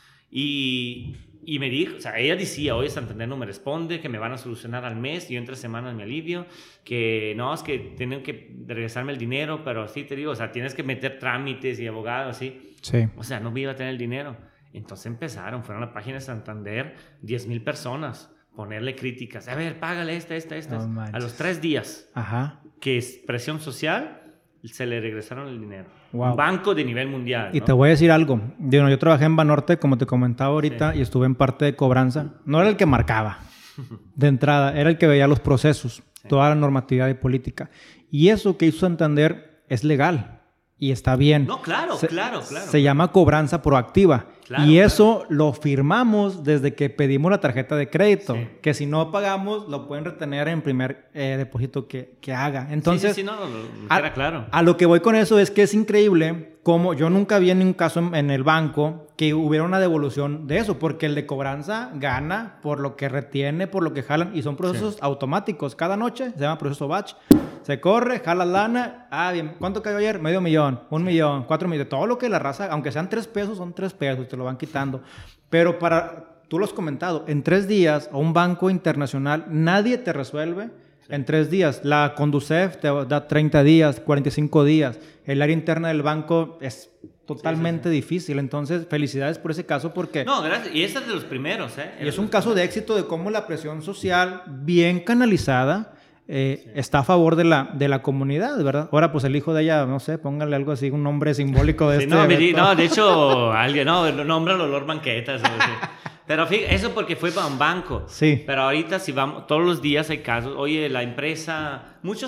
Y me dijo, o sea, ella decía, oye, Santander no me responde, que me van a solucionar al mes, y yo en 3 semanas me alivio, que no, es que tienen que regresarme el dinero, pero sí te digo, o sea, tienes que meter trámites y abogados, ¿sí? Sí. O sea, no iba a tener el dinero. Entonces fueron a la página de Santander, 10,000 personas, ponerle críticas, a ver, págale esta. No, a los 3 días, que es presión social, se le regresaron el dinero. Wow. Un banco de nivel mundial, ¿no? Y te voy a decir algo. Yo trabajé en Banorte, como te comentaba ahorita, y estuve en parte de cobranza. No era el que marcaba de entrada, era el que veía los procesos, toda la normatividad y política. Y eso que hizo Santander es legal y está bien. No, claro. Se llama cobranza proactiva. Claro, y eso lo firmamos desde que pedimos la tarjeta de crédito. Sí. Que si no pagamos, lo pueden retener en primer depósito que haga. Entonces, era claro. A lo que voy con eso es que es increíble cómo yo nunca vi ningún caso en el banco que hubiera una devolución de eso. Porque el de cobranza gana por lo que retiene, por lo que jalan. Y son procesos automáticos. Cada noche se llama proceso batch. Se corre, jala lana. Bien. ¿Cuánto cayó ayer? 500,000, 1,000,000, 4,000,000. Todo lo que la raza, aunque sean 3 pesos, son 3 pesos. Te lo van quitando. Pero tú lo has comentado, en 3 días a un banco internacional nadie te resuelve en 3 días. La Conducef te da 30 días, 45 días. El área interna del banco es totalmente difícil. Entonces, felicidades por ese caso porque... No, gracias. Y ese es de los primeros, ¿eh? Y es un caso de éxito de cómo la presión social bien canalizada está a favor de la comunidad, ¿verdad? Ahora, pues el hijo de ella, no sé, póngale algo así, un nombre simbólico de no, de hecho, alguien, nómbralo Lord Banquetas. Pero fíjate, eso porque fue para un banco. Sí. Pero ahorita si vamos, todos los días hay casos, oye, la empresa, muchos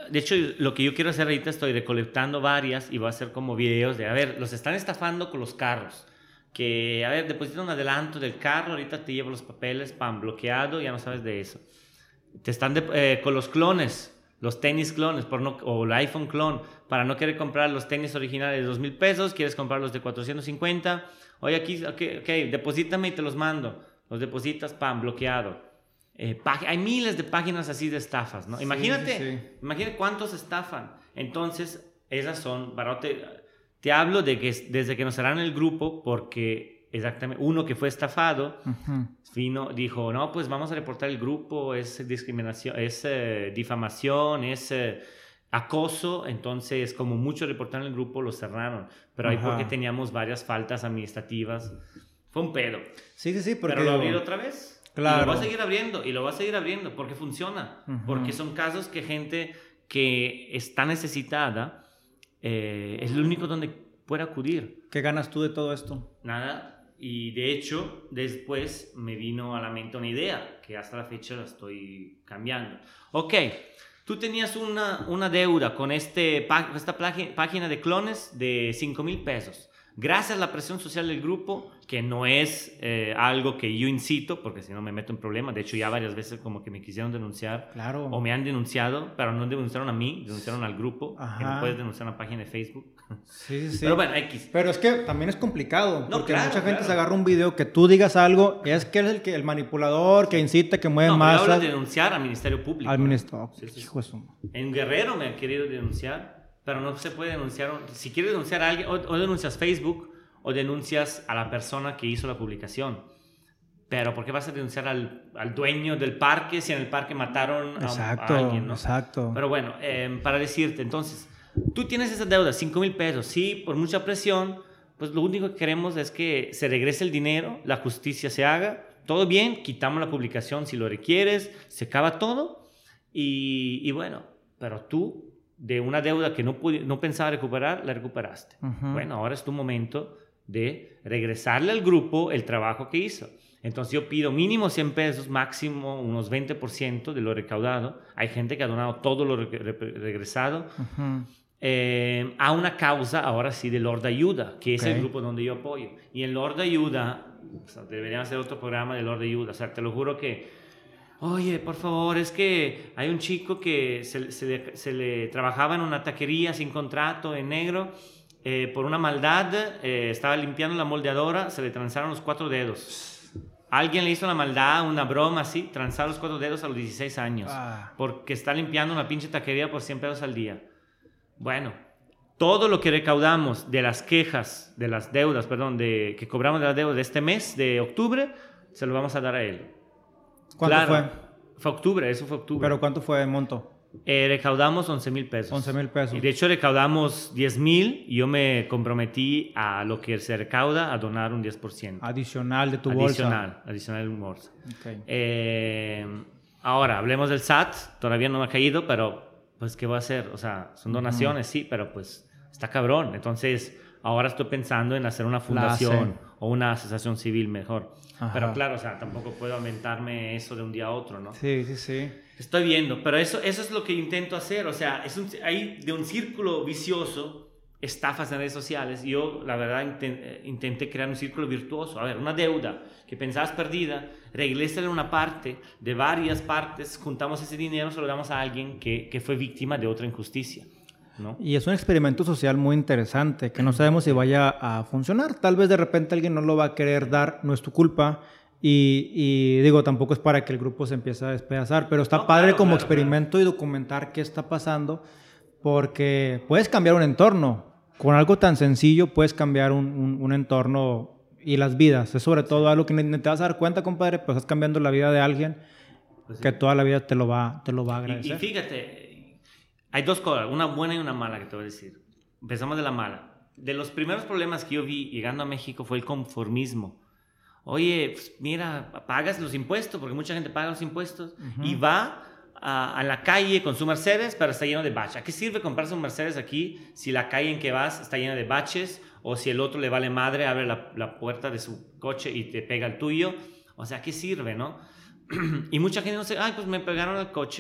de hecho, lo que yo quiero hacer ahorita, estoy recolectando varias y voy a hacer como videos de, a ver, los están estafando con los carros. Que, a ver, deposita un adelanto del carro, ahorita te llevo los papeles, pam, bloqueado, ya no sabes de eso. Te están con los clones, los tenis clones, o el iPhone clon, para no querer comprar los tenis originales de $2,000, quieres comprar los de 450. Oye, aquí, ok, deposítame y te los mando. Los depositas, pam, bloqueado. Hay miles de páginas así de estafas, ¿no? Sí, Imagínate cuántos estafan. Entonces, esas son, te hablo de que desde que nos cerraron el grupo, porque exactamente uno que fue estafado, dijo, no, pues vamos a reportar el grupo, es discriminación, es difamación, es acoso. Entonces, como mucho reportaron el grupo, lo cerraron. Pero ahí porque teníamos varias faltas administrativas. Fue un pedo. Sí, porque... Pero lo abrí otra vez. Claro. Y lo va a seguir abriendo, porque funciona. Porque son casos que gente que está necesitada es lo único donde puede acudir. ¿Qué ganas tú de todo esto? Nada. Y de hecho, después me vino a la mente una idea que hasta la fecha la estoy cambiando. Ok, tú tenías una deuda con esta página de clones de $5,000. Gracias a la presión social del grupo, que no es algo que yo incito, porque si no me meto en problemas. De hecho, ya varias veces como que me quisieron denunciar. Claro. O me han denunciado, pero no denunciaron a mí, denunciaron al grupo. Que no puedes denunciar una página de Facebook. Sí. Pero bueno, X. Pero es que también es complicado. No, porque claro, mucha gente se agarra un video que tú digas algo, es que eres el manipulador, que incita, que mueve masas. No, hablo de denunciar al Ministerio Público. Al Ministerio. Sí. Hijo de su... En Guerrero me han querido denunciar, pero no se puede denunciar. Si quieres denunciar a alguien, o denuncias Facebook, o denuncias a la persona que hizo la publicación. Pero ¿por qué vas a denunciar al dueño del parque si en el parque mataron a alguien, ¿no? Exacto. Pero bueno, para decirte, entonces, tú tienes esa deuda, $5,000. Sí, por mucha presión, pues lo único que queremos es que se regrese el dinero, la justicia se haga, todo bien, quitamos la publicación si lo requieres, se acaba todo. Y bueno, pero tú, de una deuda que no pensaba recuperar, la recuperaste. Bueno, ahora es tu momento de regresarle al grupo el trabajo que hizo. Entonces yo pido mínimo $100, máximo unos 20% de lo recaudado. Hay gente que ha donado todo lo regresado a una causa, ahora sí, de Lord Ayuda, que es el grupo donde yo apoyo. Y en Lord Ayuda, o sea, deberían hacer otro programa de Lord Ayuda. O sea, te lo juro que, oye, por favor, es que hay un chico que se le trabajaba en una taquería sin contrato, en negro. Por una maldad, estaba limpiando la moldeadora, se le tranzaron los 4 dedos. Alguien le hizo la maldad, una broma así, transar los 4 dedos a los 16 años. Porque está limpiando una pinche taquería por $100 al día. Bueno, todo lo que recaudamos de las quejas, de las deudas, que cobramos de las deudas de este mes, de octubre, se lo vamos a dar a él. ¿Cuánto fue? Fue octubre, eso fue octubre. ¿Pero cuánto fue el monto? Recaudamos $11,000. $11,000. Y de hecho recaudamos $10,000 y yo me comprometí a lo que se recauda a donar un 10%. Adicional de tu bolsa. Adicional de mi bolsa. Okay. Ahora, hablemos del SAT. Todavía no me ha caído, pero pues ¿qué voy a hacer? O sea, son donaciones, sí, pero pues está cabrón. Entonces, ahora estoy pensando en hacer una fundación o una asociación civil mejor. Pero claro, o sea, tampoco puedo aumentarme eso de un día a otro, ¿no? Sí. Estoy viendo, pero eso es lo que intento hacer. O sea, hay de un círculo vicioso, estafas en redes sociales. Yo, la verdad, intenté crear un círculo virtuoso. A ver, una deuda que pensabas perdida, regrésale una parte, de varias partes, juntamos ese dinero, se lo damos a alguien que fue víctima de otra injusticia, ¿no? Y es un experimento social muy interesante, que no sabemos si vaya a funcionar. Tal vez de repente alguien no lo va a querer dar, no es tu culpa. Y digo, tampoco es para que el grupo se empiece a despedazar, pero está padre como experimento y documentar qué está pasando, porque puedes cambiar un entorno. Con algo tan sencillo puedes cambiar un entorno y las vidas. Es sobre todo algo que ni te vas a dar cuenta, compadre, pero estás cambiando la vida de alguien que toda la vida te lo va a agradecer. Y fíjate, hay dos cosas, una buena y una mala que te voy a decir. Empezamos de la mala. De los primeros problemas que yo vi llegando a México fue el conformismo. Oye, pues mira, pagas los impuestos, porque mucha gente paga los impuestos, y va a la calle con su Mercedes, pero está lleno de baches. ¿A qué sirve comprarse un Mercedes aquí si la calle en que vas está llena de baches? O si el otro le vale madre, abre la puerta de su coche y te pega el tuyo. O sea, ¿a qué sirve, no? Y mucha gente no sé, ay, pues me pegaron el coche.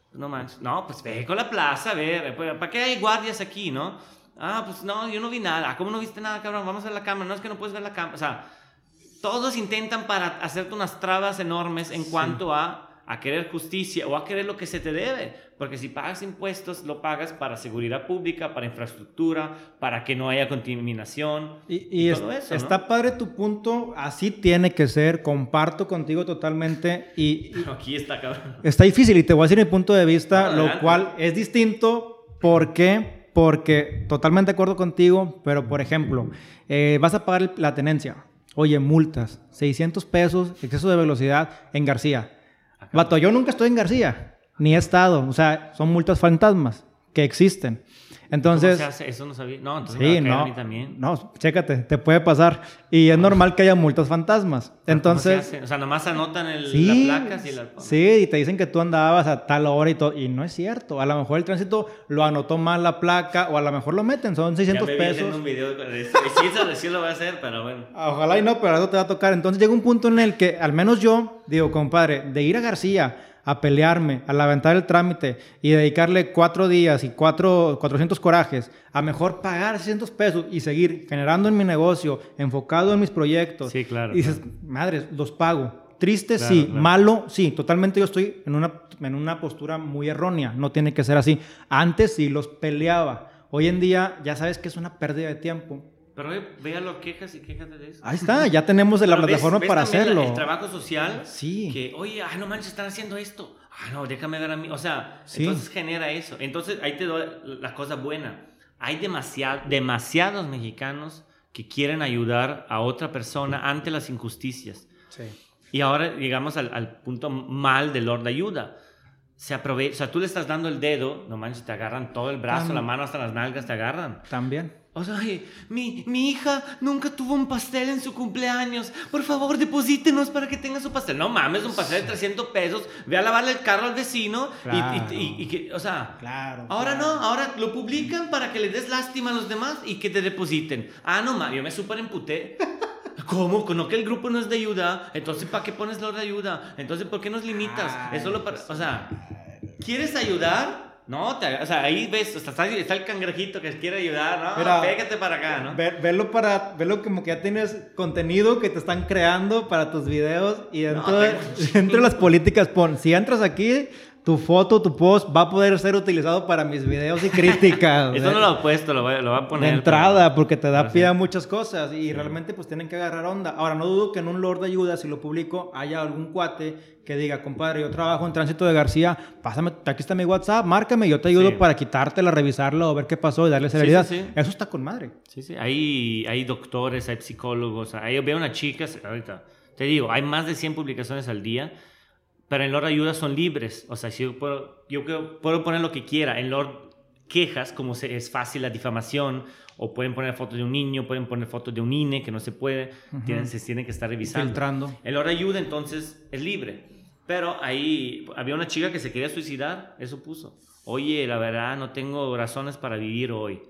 No manches. No, pues ve con la plaza, a ver. ¿Para qué hay guardias aquí, no? Ah, pues no, yo no vi nada. ¿Cómo no viste nada, cabrón? Vamos a ver la cámara. No, es que no puedes ver la cámara. O sea, todos intentan para hacerte unas trabas enormes en cuanto a querer justicia o a querer lo que se te debe. Porque si pagas impuestos, lo pagas para seguridad pública, para infraestructura, para que no haya contaminación y todo eso, ¿no? Está padre tu punto, así tiene que ser, comparto contigo totalmente Pero aquí está, cabrón. Está difícil y te voy a decir mi punto de vista, lo cual es distinto. ¿Por qué? Porque totalmente de acuerdo contigo, pero por ejemplo, vas a pagar la tenencia. Oye, multas, 600 pesos, exceso de velocidad en García. Vato, yo nunca estoy en García, ni he estado. O sea, son multas fantasmas que existen. Entonces, ¿cómo se hace? Eso no sabía. No, entonces sí, me va a caer a mí también. No, chécate, te puede pasar. Y es normal que haya multas fantasmas. Entonces, ¿cómo se hace? O sea, nomás anotan sí, las placas y las... Sí, y te dicen que tú andabas a tal hora y todo. Y no es cierto. A lo mejor el tránsito lo anotó mal la placa o a lo mejor lo meten. Son 600 pesos. Ya me vi un video con eso. Sí lo voy a hacer, pero bueno. Ojalá y no, pero eso te va a tocar. Entonces llega un punto en el que, al menos yo, digo, compadre, de ir a García a pelearme, a levantar el trámite y dedicarle 4 días y 400 corajes, a mejor pagar 600 pesos y seguir generando en mi negocio, enfocado en mis proyectos. Sí, claro. Y dices, madre, los pago. Triste, claro, sí. Claro. Malo, sí. Totalmente yo estoy en una postura muy errónea. No tiene que ser así. Antes sí los peleaba. Hoy en día ya sabes que es una pérdida de tiempo. Pero véalo, quejas y quéjate de eso. Ahí está, ya tenemos la plataforma para hacerlo. El trabajo social. Sí. Que, oye, no manches, están haciendo esto. No, déjame ver a mí. O sea, sí. Entonces genera eso. Entonces, ahí te doy la cosa buena. Hay demasiados mexicanos que quieren ayudar a otra persona ante las injusticias. Sí. Y ahora llegamos al punto mal del Lord de ayuda. Se aprovecha, o sea, tú le estás dando el dedo, no manches, te agarran todo el brazo, la mano, hasta las nalgas te agarran. También. O sea, mi hija nunca tuvo un pastel en su cumpleaños. Por favor, deposítenos para que tenga su pastel. No mames, un pastel de 300 pesos. Ve a lavarle el carro al vecino. Claro. Y que, o sea, claro, ahora claro. no, ahora lo publican para que le des lástima a los demás y que te depositen. No mames, yo me súper emputé. ¿Cómo? ¿No que el grupo no es de ayuda? Entonces, ¿para qué pones la de ayuda? Entonces, ¿por qué nos limitas? Es solo para... O sea, ¿quieres ayudar? No, o sea, ahí ves, está el cangrejito que quiere ayudar, ¿no? Mira, pégate para acá, ¿no? Verlo como que ya tienes contenido que te están creando para tus videos y dentro de las políticas pon, si entras aquí, tu foto, tu post va a poder ser utilizado para mis videos y críticas. Eso no lo he puesto, lo voy a poner. De entrada, porque te da pie a muchas cosas y realmente pues tienen que agarrar onda. Ahora, no dudo que en un Lord de Ayuda, si lo publico, haya algún cuate que diga, compadre, yo trabajo en Tránsito de García, pásame, aquí está mi WhatsApp, márcame, yo te ayudo para quitártela, revisarla o ver qué pasó y darle celeridad. Sí. Eso está con madre. Sí. Hay doctores, hay psicólogos, veo una chica, ahorita, te digo, hay más de 100 publicaciones al día, pero en Lord Ayuda son libres. O sea, si yo puedo poner lo que quiera. En Lord Quejas, como es fácil la difamación, o pueden poner fotos de un niño, pueden poner fotos de un INE, que no se puede, se tienen que estar revisando. Filtrando. En Lord Ayuda, entonces, es libre. Pero ahí había una chica que se quería suicidar, eso puso. Oye, la verdad, no tengo razones para vivir hoy.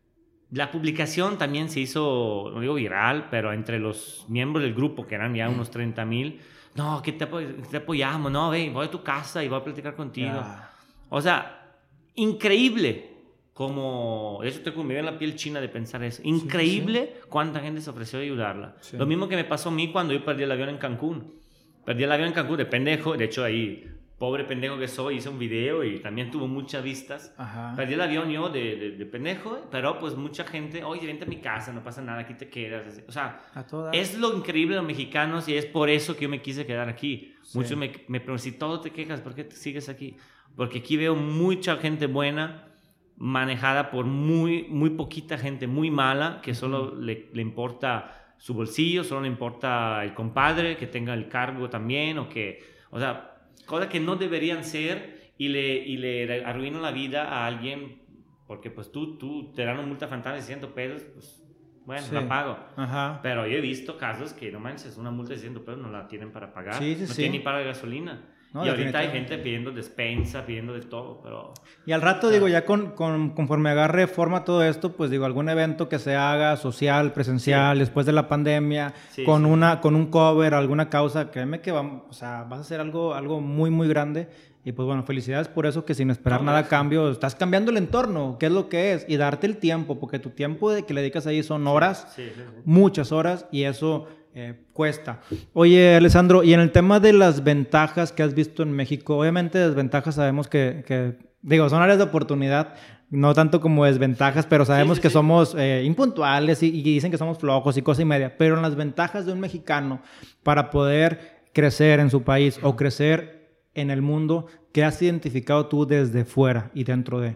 La publicación también se hizo, no digo viral, pero entre los miembros del grupo, que eran ya unos 30,000, no, que te apoyamos, no, ven, voy a tu casa y voy a platicar contigo. Yeah. O sea, increíble como, eso te convive en la piel china de pensar eso, increíble cuánta gente se ofreció a ayudarla. Sí. Lo mismo que me pasó a mí cuando yo perdí el avión en Cancún. Perdí el avión en Cancún de pendejo, de hecho ahí, pobre pendejo que soy, hice un video y también tuvo muchas vistas. Ajá. Perdí el avión yo de pendejo, pero pues mucha gente, oye, vente a mi casa, no pasa nada, aquí te quedas. O sea, es lo increíble de los mexicanos y es por eso que yo me quise quedar aquí. Sí. Muchos me preguntan, si todo te quejas, ¿por qué te sigues aquí? Porque aquí veo mucha gente buena, manejada por muy poquita gente muy mala, que solo le importa su bolsillo, solo le importa el compadre, que tenga el cargo también, o sea, cosas que no deberían ser y le arruinan la vida a alguien, porque pues tú te dan una multa fantasma de 100 pesos, pues bueno, la pago. Ajá. Pero yo he visto casos que no manches, una multa de 100 pesos no la tienen para pagar, no tienen ni para gasolina. ¿no? Y ahorita hay gente pidiendo despensa, pidiendo de todo, pero... Y al rato, digo, ya conforme agarre forma todo esto, pues digo, algún evento que se haga social, presencial, después de la pandemia, con un cover, alguna causa, créeme que vas a hacer algo muy, muy grande. Y pues bueno, felicidades por eso, que sin esperar nada a cambio, estás cambiando el entorno, qué es lo que es, y darte el tiempo, porque tu tiempo que le dedicas ahí son horas, muchas horas, y eso cuesta. Oye, Alessandro, y en el tema de las ventajas que has visto en México, obviamente desventajas sabemos que digo, son áreas de oportunidad, no tanto como desventajas, pero sabemos que somos impuntuales y dicen que somos flojos y cosa y media, pero en las ventajas de un mexicano para poder crecer en su país o crecer en el mundo, ¿qué has identificado tú desde fuera y dentro de?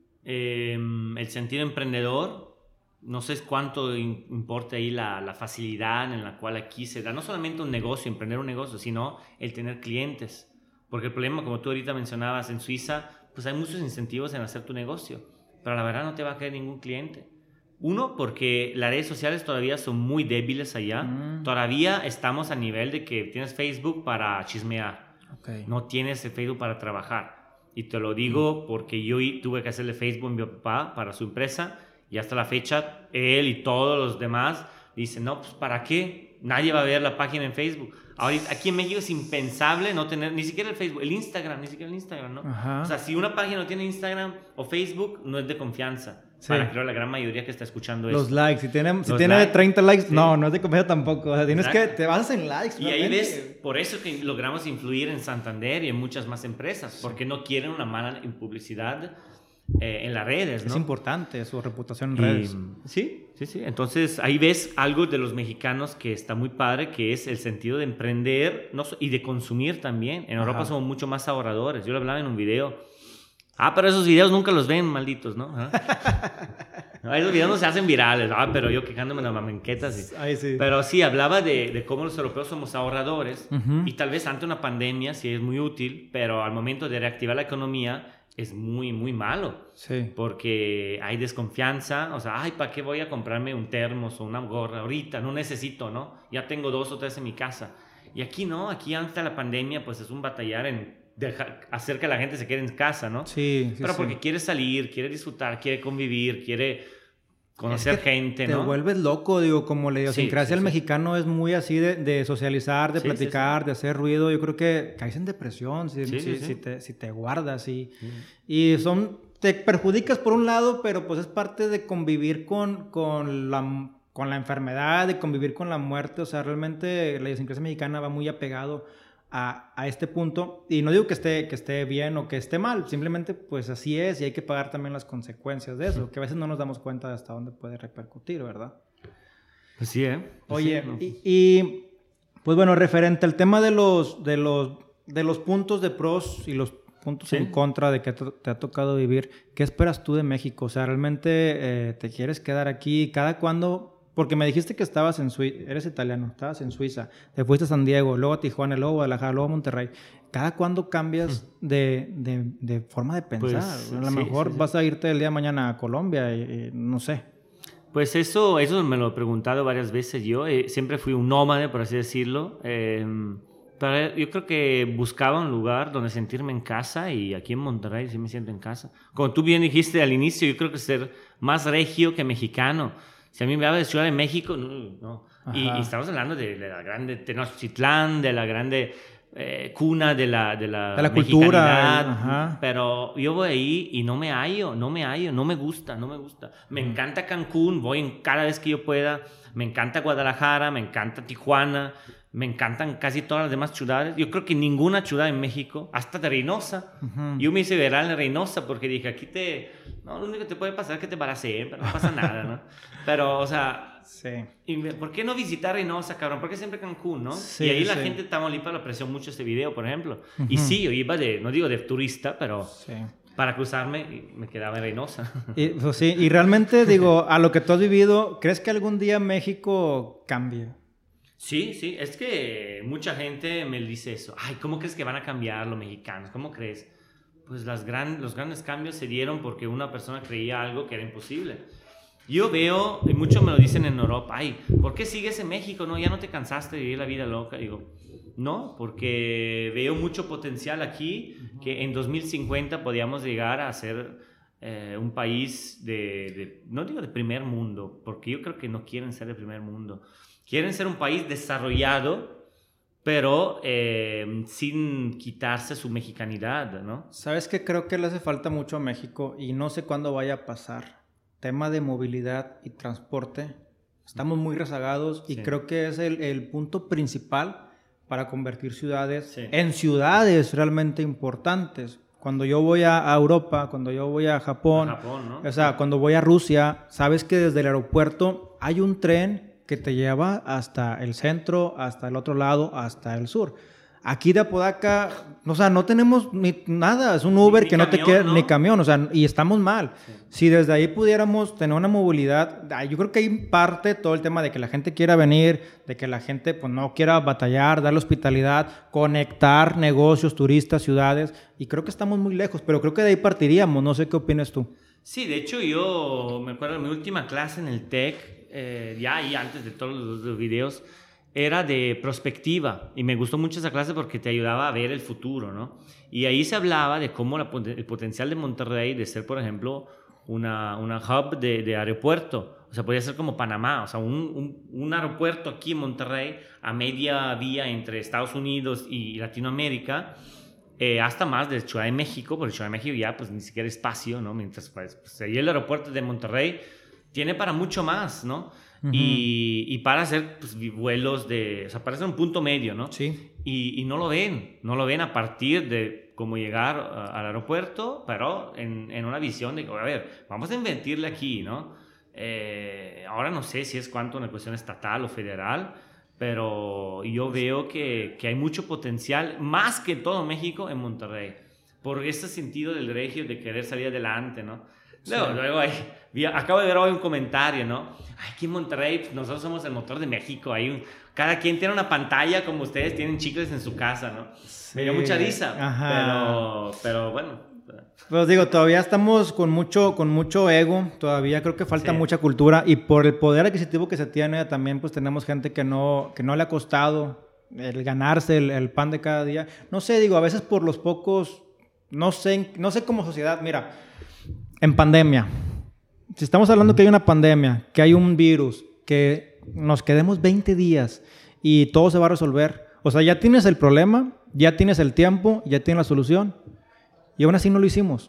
El sentido emprendedor. No sé cuánto importa ahí la facilidad en la cual aquí se da, no solamente un negocio, emprender un negocio, sino el tener clientes. Porque el problema, como tú ahorita mencionabas, en Suiza, pues hay muchos incentivos en hacer tu negocio, pero la verdad no te va a caer ningún cliente. Uno, porque las redes sociales todavía son muy débiles allá. Todavía estamos a nivel de que tienes Facebook para chismear. No tienes el Facebook para trabajar. Y te lo digo porque yo tuve que hacerle Facebook a mi papá para su empresa. Y hasta la fecha, él y todos los demás dicen, no, pues ¿para qué? Nadie va a ver la página en Facebook. Ahorita, aquí en México es impensable no tener ni siquiera el Facebook, ni siquiera el Instagram, ¿no? Ajá. O sea, si una página no tiene Instagram o Facebook, no es de confianza. Para creo la gran mayoría que está escuchando los esto. Likes, si tiene 30 likes, no es de confianza tampoco. O sea, tienes Exacto. que, te basas en likes. Y ahí ves, por eso que logramos influir en Santander y en muchas más empresas, porque no quieren una mala publicidad en las redes, ¿no? Es importante su reputación en redes. Sí. Entonces, ahí ves algo de los mexicanos que está muy padre, que es el sentido de emprender y de consumir también. En Europa somos mucho más ahorradores. Yo lo hablaba en un video. Pero esos videos nunca los ven, malditos, ¿no? Esos videos no se hacen virales. Pero yo quejándome de las mamanquetas. Sí. Pero sí, hablaba de cómo los europeos somos ahorradores. Y tal vez ante una pandemia sí es muy útil, pero al momento de reactivar la economía es muy, muy malo. Sí. Porque hay desconfianza. O sea, ¿para qué voy a comprarme un termos o una gorra ahorita? No necesito, ¿no? Ya tengo 2 o 3 en mi casa. Y aquí no. Aquí antes de la pandemia, pues es un batallar en hacer que la gente se quede en casa, ¿no? Sí. Pero porque quiere salir, quiere disfrutar, quiere convivir, quiere conocer gente, ¿no? Te vuelves loco, digo, como la idiosincrasia del mexicano es muy así de socializar, de platicar, de hacer ruido. Yo creo que caes en depresión si te guardas. Y te perjudicas por un lado, pero pues es parte de convivir con la enfermedad, de convivir con la muerte. O sea, realmente la idiosincrasia mexicana va muy apegado a este punto, y no digo que esté bien o que esté mal, simplemente pues así es, y hay que pagar también las consecuencias de eso, que a veces no nos damos cuenta de hasta dónde puede repercutir, ¿verdad? Pues sí, Oye, sí, ¿no? y pues bueno, referente al tema de los puntos de pros y los puntos en contra de que te ha tocado vivir, ¿qué esperas tú de México? O sea, ¿realmente te quieres quedar aquí? ¿Cada cuándo? Porque me dijiste que estabas en Suiza, eres italiano, estabas en Suiza, te fuiste a San Diego, luego a Tijuana, luego a Guadalajara, luego a Monterrey. ¿Cada cuándo cambias de forma de pensar? Pues, a lo mejor vas a irte el día de mañana a Colombia, no sé. Pues eso me lo he preguntado varias veces yo. Siempre fui un nómade, por así decirlo. Pero yo creo que buscaba un lugar donde sentirme en casa, y aquí en Monterrey sí me siento en casa. Como tú bien dijiste al inicio, yo creo que ser más regio que mexicano. Si a mí me habla de Ciudad de México, no. Y estamos hablando de la grande Tenochtitlán, de la grande cuna de la cultura. Pero yo voy ahí y no me hallo, no me gusta. Me encanta Cancún, voy cada vez que yo pueda. Me encanta Guadalajara, me encanta Tijuana, me encantan casi todas las demás ciudades. Yo creo que ninguna ciudad en México, hasta de Reynosa. Yo me hice viral en Reynosa porque dije, aquí lo único que te puede pasar es que te balaceen, pero no pasa nada, ¿no? Pero, o sea, ¿por qué no visitar Reynosa, cabrón? ¿Por qué siempre Cancún, no? Y ahí la gente de Tamaulipas lo apreció mucho este video, por ejemplo. Y sí, yo iba no digo de turista, pero para cruzarme me quedaba en Reynosa. Y realmente, digo, a lo que tú has vivido, ¿crees que algún día México cambie? Sí, es que mucha gente me dice eso. ¿Cómo crees que van a cambiar los mexicanos? ¿Cómo crees? Pues los grandes cambios se dieron porque una persona creía algo que era imposible. Yo veo, y muchos me lo dicen en Europa, ¿por qué sigues en México? ¿No? ¿Ya no te cansaste de vivir la vida loca? Digo, No, porque veo mucho potencial aquí, que en 2050 podríamos llegar a ser un país no digo de primer mundo, porque yo creo que no quieren ser de primer mundo. Quieren ser un país desarrollado, pero sin quitarse su mexicanidad, ¿no? ¿Sabes qué? Creo que le hace falta mucho a México y no sé cuándo vaya a pasar. Tema de movilidad y transporte. Estamos muy rezagados y creo que es el punto principal para convertir ciudades en ciudades realmente importantes. Cuando yo voy a Europa, cuando yo voy a Japón, ¿no? O sea, cuando voy a Rusia, sabes que desde el aeropuerto hay un tren que te lleva hasta el centro, hasta el otro lado, hasta el sur. Aquí de Apodaca, o sea, no tenemos nada, es un Uber que no te queda, ni camión, o sea, y estamos mal. Sí. Si desde ahí pudiéramos tener una movilidad, yo creo que hay parte todo el tema de que la gente quiera venir, de que la gente pues no quiera batallar, darle hospitalidad, conectar negocios, turistas, ciudades, y creo que estamos muy lejos, pero creo que de ahí partiríamos, no sé qué opinas tú. Sí, de hecho yo me acuerdo de mi última clase en el TEC, ya ahí antes de todos los videos, era de prospectiva y me gustó mucho esa clase porque te ayudaba a ver el futuro, ¿no? Y ahí se hablaba de cómo el potencial de Monterrey de ser, por ejemplo, una hub de aeropuerto. O sea, podría ser como Panamá, o sea, un aeropuerto aquí en Monterrey a media vía entre Estados Unidos y Latinoamérica, hasta más de Ciudad de México, porque Ciudad de México ya pues ni siquiera espacio, ¿no? Mientras pues ahí el aeropuerto de Monterrey tiene para mucho más, ¿no? Uh-huh. Y para hacer pues, vuelos o sea, para ser un punto medio, ¿no? Sí. Y no lo ven a partir de cómo llegar al aeropuerto, pero en una visión de, a ver, vamos a invertirle aquí, ¿no? Ahora no sé si es cuánto una cuestión estatal o federal, pero yo veo que hay mucho potencial, más que todo México, en Monterrey, por ese sentido del regio de querer salir adelante, ¿no? Luego acabo de ver hoy un comentario, ¿no? Ay, aquí en Monterrey pues, nosotros somos el motor de México. Cada quien tiene una pantalla como ustedes tienen chicles en su casa, ¿no? Sí. Me dio mucha risa, pero bueno. Pues digo, todavía estamos con mucho ego, todavía creo que falta mucha cultura y por el poder adquisitivo que se tiene también pues tenemos gente que no le ha costado el ganarse el pan de cada día. No sé, digo, a veces por los pocos, no sé como sociedad, mira, en pandemia, si estamos hablando que hay una pandemia, que hay un virus, que nos quedemos 20 días y todo se va a resolver. O sea, ya tienes el problema, ya tienes el tiempo, ya tienes la solución. Y aún así no lo hicimos.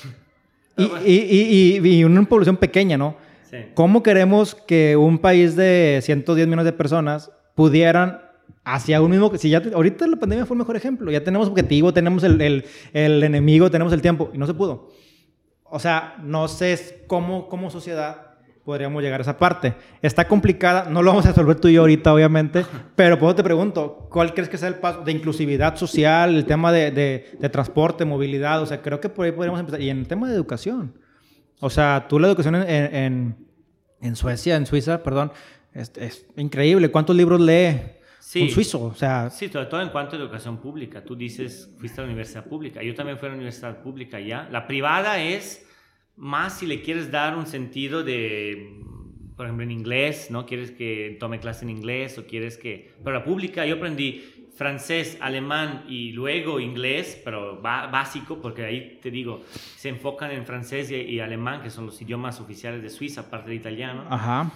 Y una población pequeña, ¿no? Sí. ¿Cómo queremos que un país de 110 millones de personas pudieran hacia un mismo... Si ya ahorita la pandemia fue el mejor ejemplo. Ya tenemos objetivo, tenemos el enemigo, tenemos el tiempo. Y no se pudo. O sea, no sé cómo sociedad podríamos llegar a esa parte. Está complicada, no lo vamos a resolver tú y yo ahorita, obviamente, pero por eso te pregunto, ¿cuál crees que sea el paso de inclusividad social, el tema de transporte, movilidad? O sea, creo que por ahí podríamos empezar. Y en el tema de educación. O sea, tú la educación en Suiza, perdón, es increíble. ¿Cuántos libros lee un suizo? O sea, sí, sobre todo en cuanto a educación pública. Tú dices, fuiste a la universidad pública. Yo también fui a la universidad pública ya. La privada es más si le quieres dar un sentido de, por ejemplo, en inglés, ¿no? Quieres que tome clase en inglés o quieres que... Pero la pública, yo aprendí francés, alemán y luego inglés, pero básico, porque ahí te digo, se enfocan en francés y alemán, que son los idiomas oficiales de Suiza, aparte de italiano. Ajá.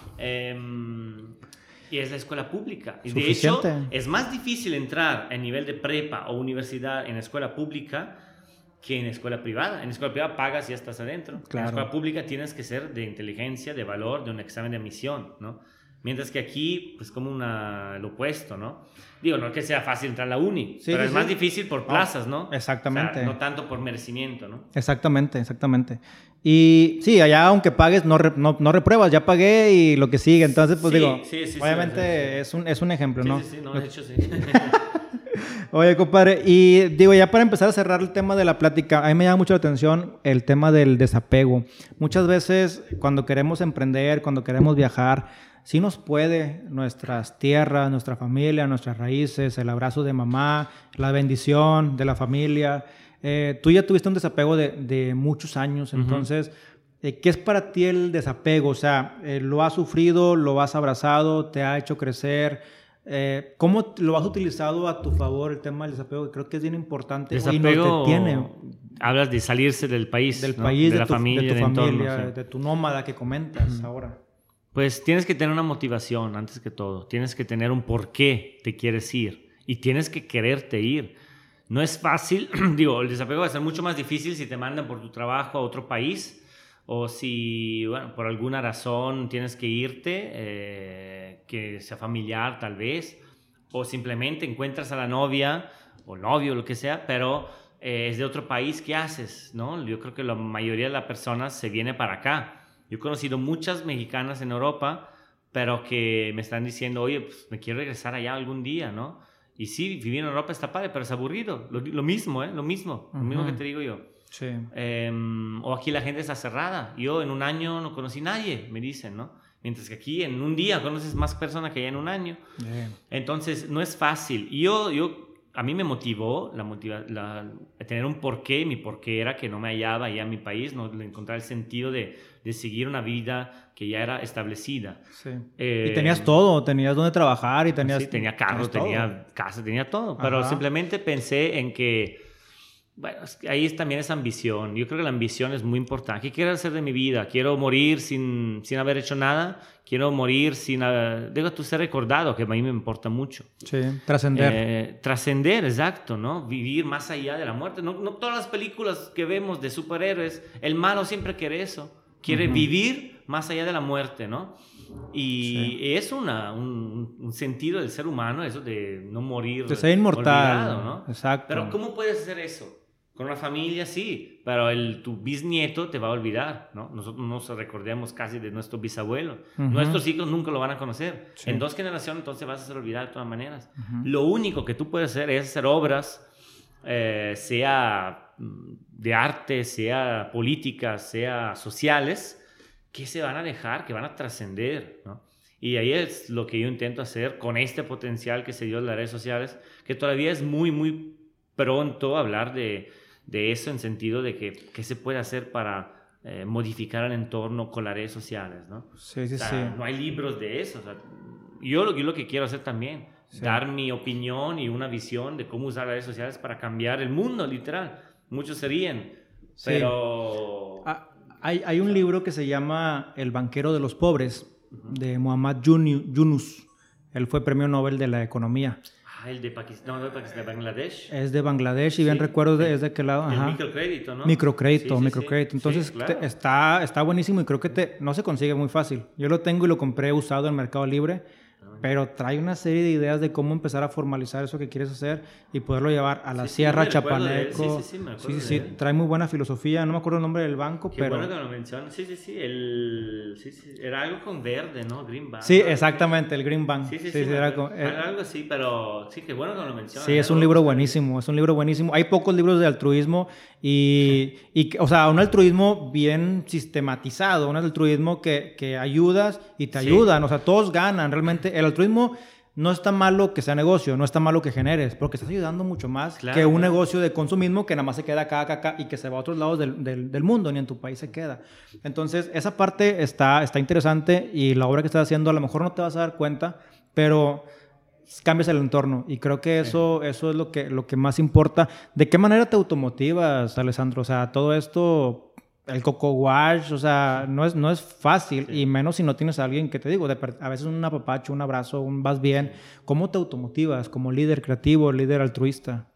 Y es la escuela pública. Y de hecho, es más difícil entrar a nivel de prepa o universidad en la escuela pública que en la escuela privada. En la escuela privada pagas y ya estás adentro. Claro. En la escuela pública tienes que ser de inteligencia, de valor, de un examen de admisión, ¿no? Mientras que aquí, pues como lo opuesto, ¿no? Digo, no es que sea fácil entrar a la uni, pero es más difícil por plazas, ¿no? Exactamente. O sea, no tanto por merecimiento, ¿no? Exactamente. Y sí, allá aunque pagues, no repruebas, ya pagué y lo que sigue. Entonces, pues obviamente sí. Es un ejemplo, ¿no? Sí, de hecho sí. Oye, compadre, y digo, ya para empezar a cerrar el tema de la plática, a mí me llama mucho la atención el tema del desapego. Muchas veces cuando queremos emprender, cuando queremos viajar, sí nos puede nuestras tierras, nuestra familia, nuestras raíces, el abrazo de mamá, la bendición de la familia. Tú ya tuviste un desapego de muchos años, entonces, ¿qué es para ti el desapego? O sea, ¿lo has sufrido, lo has abrazado, te ha hecho crecer? ¿Cómo lo has utilizado a tu favor el tema del desapego? Creo que es bien importante. Desapego, y no te tiene. Hablas de salirse del país, del ¿no? país, de la familia, de tu del entorno, familia, sí. de tu nómada que comentas ahora. Pues tienes que tener una motivación antes que todo. Tienes que tener un por qué te quieres ir y tienes que quererte ir. No es fácil. Digo, el desapego va a ser mucho más difícil si te mandan por tu trabajo a otro país o si, bueno, por alguna razón tienes que irte, que sea familiar tal vez, o simplemente encuentras a la novia o novio, lo que sea, pero es de otro país. ¿Qué haces? ¿No? Yo creo que la mayoría de las personas se viene para acá. Yo he conocido muchas mexicanas en Europa, pero que me están diciendo, oye, pues me quiero regresar allá algún día, ¿no? Y sí, vivir en Europa está padre, pero es aburrido. Lo mismo, ¿eh? Lo mismo que te digo yo. Sí. O aquí la gente está cerrada. Yo en un año no conocí a nadie, me dicen, ¿no? Mientras que aquí en un día conoces más personas que allá en un año. Entonces, no es fácil. Y a mí me motivó tener un porqué. Mi porqué era que no me hallaba allá en mi país, no encontrar el sentido de seguir una vida que ya era establecida. Sí. Y tenías todo, tenías donde trabajar y tenías... Sí, tenía carro, tenía casa, tenía todo. Pero simplemente pensé en que, bueno, ahí también es ambición. Yo creo que la ambición es muy importante. ¿Qué quiero hacer de mi vida? ¿Quiero morir sin haber hecho nada? Quiero morir debo ser recordado, que a mí me importa mucho. Sí, trascender. Trascender, exacto, ¿no? Vivir más allá de la muerte. No todas las películas que vemos de superhéroes, el malo siempre quiere eso. Quiere vivir más allá de la muerte, ¿no? Y es un sentido del ser humano, eso de no morir. De ser inmortal. Olvidado, ¿no? Exacto. Pero ¿cómo puedes hacer eso? Con una familia, sí, pero tu bisnieto te va a olvidar, ¿no? Nosotros no nos recordemos casi de nuestro bisabuelo. Nuestros hijos nunca lo van a conocer. Sí. En 2 generaciones, entonces vas a ser olvidado de todas maneras. Lo único que tú puedes hacer es hacer obras, sea de arte, sea políticas, sea sociales, que se van a dejar, que van a trascender, ¿no? Y ahí es lo que yo intento hacer con este potencial que se dio en las redes sociales, que todavía es muy, muy pronto hablar de eso en sentido de que qué se puede hacer para modificar el entorno con las redes sociales, ¿no? Sí, o sea, no hay libros de eso. O sea, yo lo que quiero hacer también, dar mi opinión y una visión de cómo usar las redes sociales para cambiar el mundo, literal. Muchos se ríen, pero... Hay un libro que se llama El banquero de los pobres, de Muhammad Yunus. Él fue premio Nobel de la economía. El de Pakistán, no, de Bangladesh. Es de Bangladesh y bien recuerdo es de qué lado. El microcrédito, ¿no? Microcrédito. Entonces claro. Está buenísimo y creo que no se consigue muy fácil. Yo lo tengo y lo compré usado en Mercado Libre, pero trae una serie de ideas de cómo empezar a formalizar eso que quieres hacer y poderlo llevar a la Sierra Chapaneco. Sí, trae muy buena filosofía. No me acuerdo el nombre del banco, Qué pero... bueno que lo mencionas. Sí. Era algo con verde, ¿no? Green Bank. Sí, exactamente, el Green Bank. Era algo así, pero sí, qué bueno que lo mencionas. Sí, es un libro buenísimo, Hay pocos libros de altruismo y o sea, un altruismo bien sistematizado, un altruismo que ayudas y te ayudan, o sea, todos ganan. Realmente el altruismo no está malo que sea negocio, no está malo que generes, porque estás ayudando mucho más que un negocio de consumismo que nada más se queda acá y que se va a otros lados del mundo, ni en tu país se queda. Entonces, esa parte está interesante y la obra que estás haciendo a lo mejor no te vas a dar cuenta, pero cambias el entorno y creo que eso es lo que más importa. ¿De qué manera te automotivas, Alessandro? O sea, todo esto... El coco wash, o sea, no es fácil y menos si no tienes a alguien que te digo, a veces un apapacho, un abrazo, vas bien. ¿Cómo te automotivas como líder creativo, líder altruista?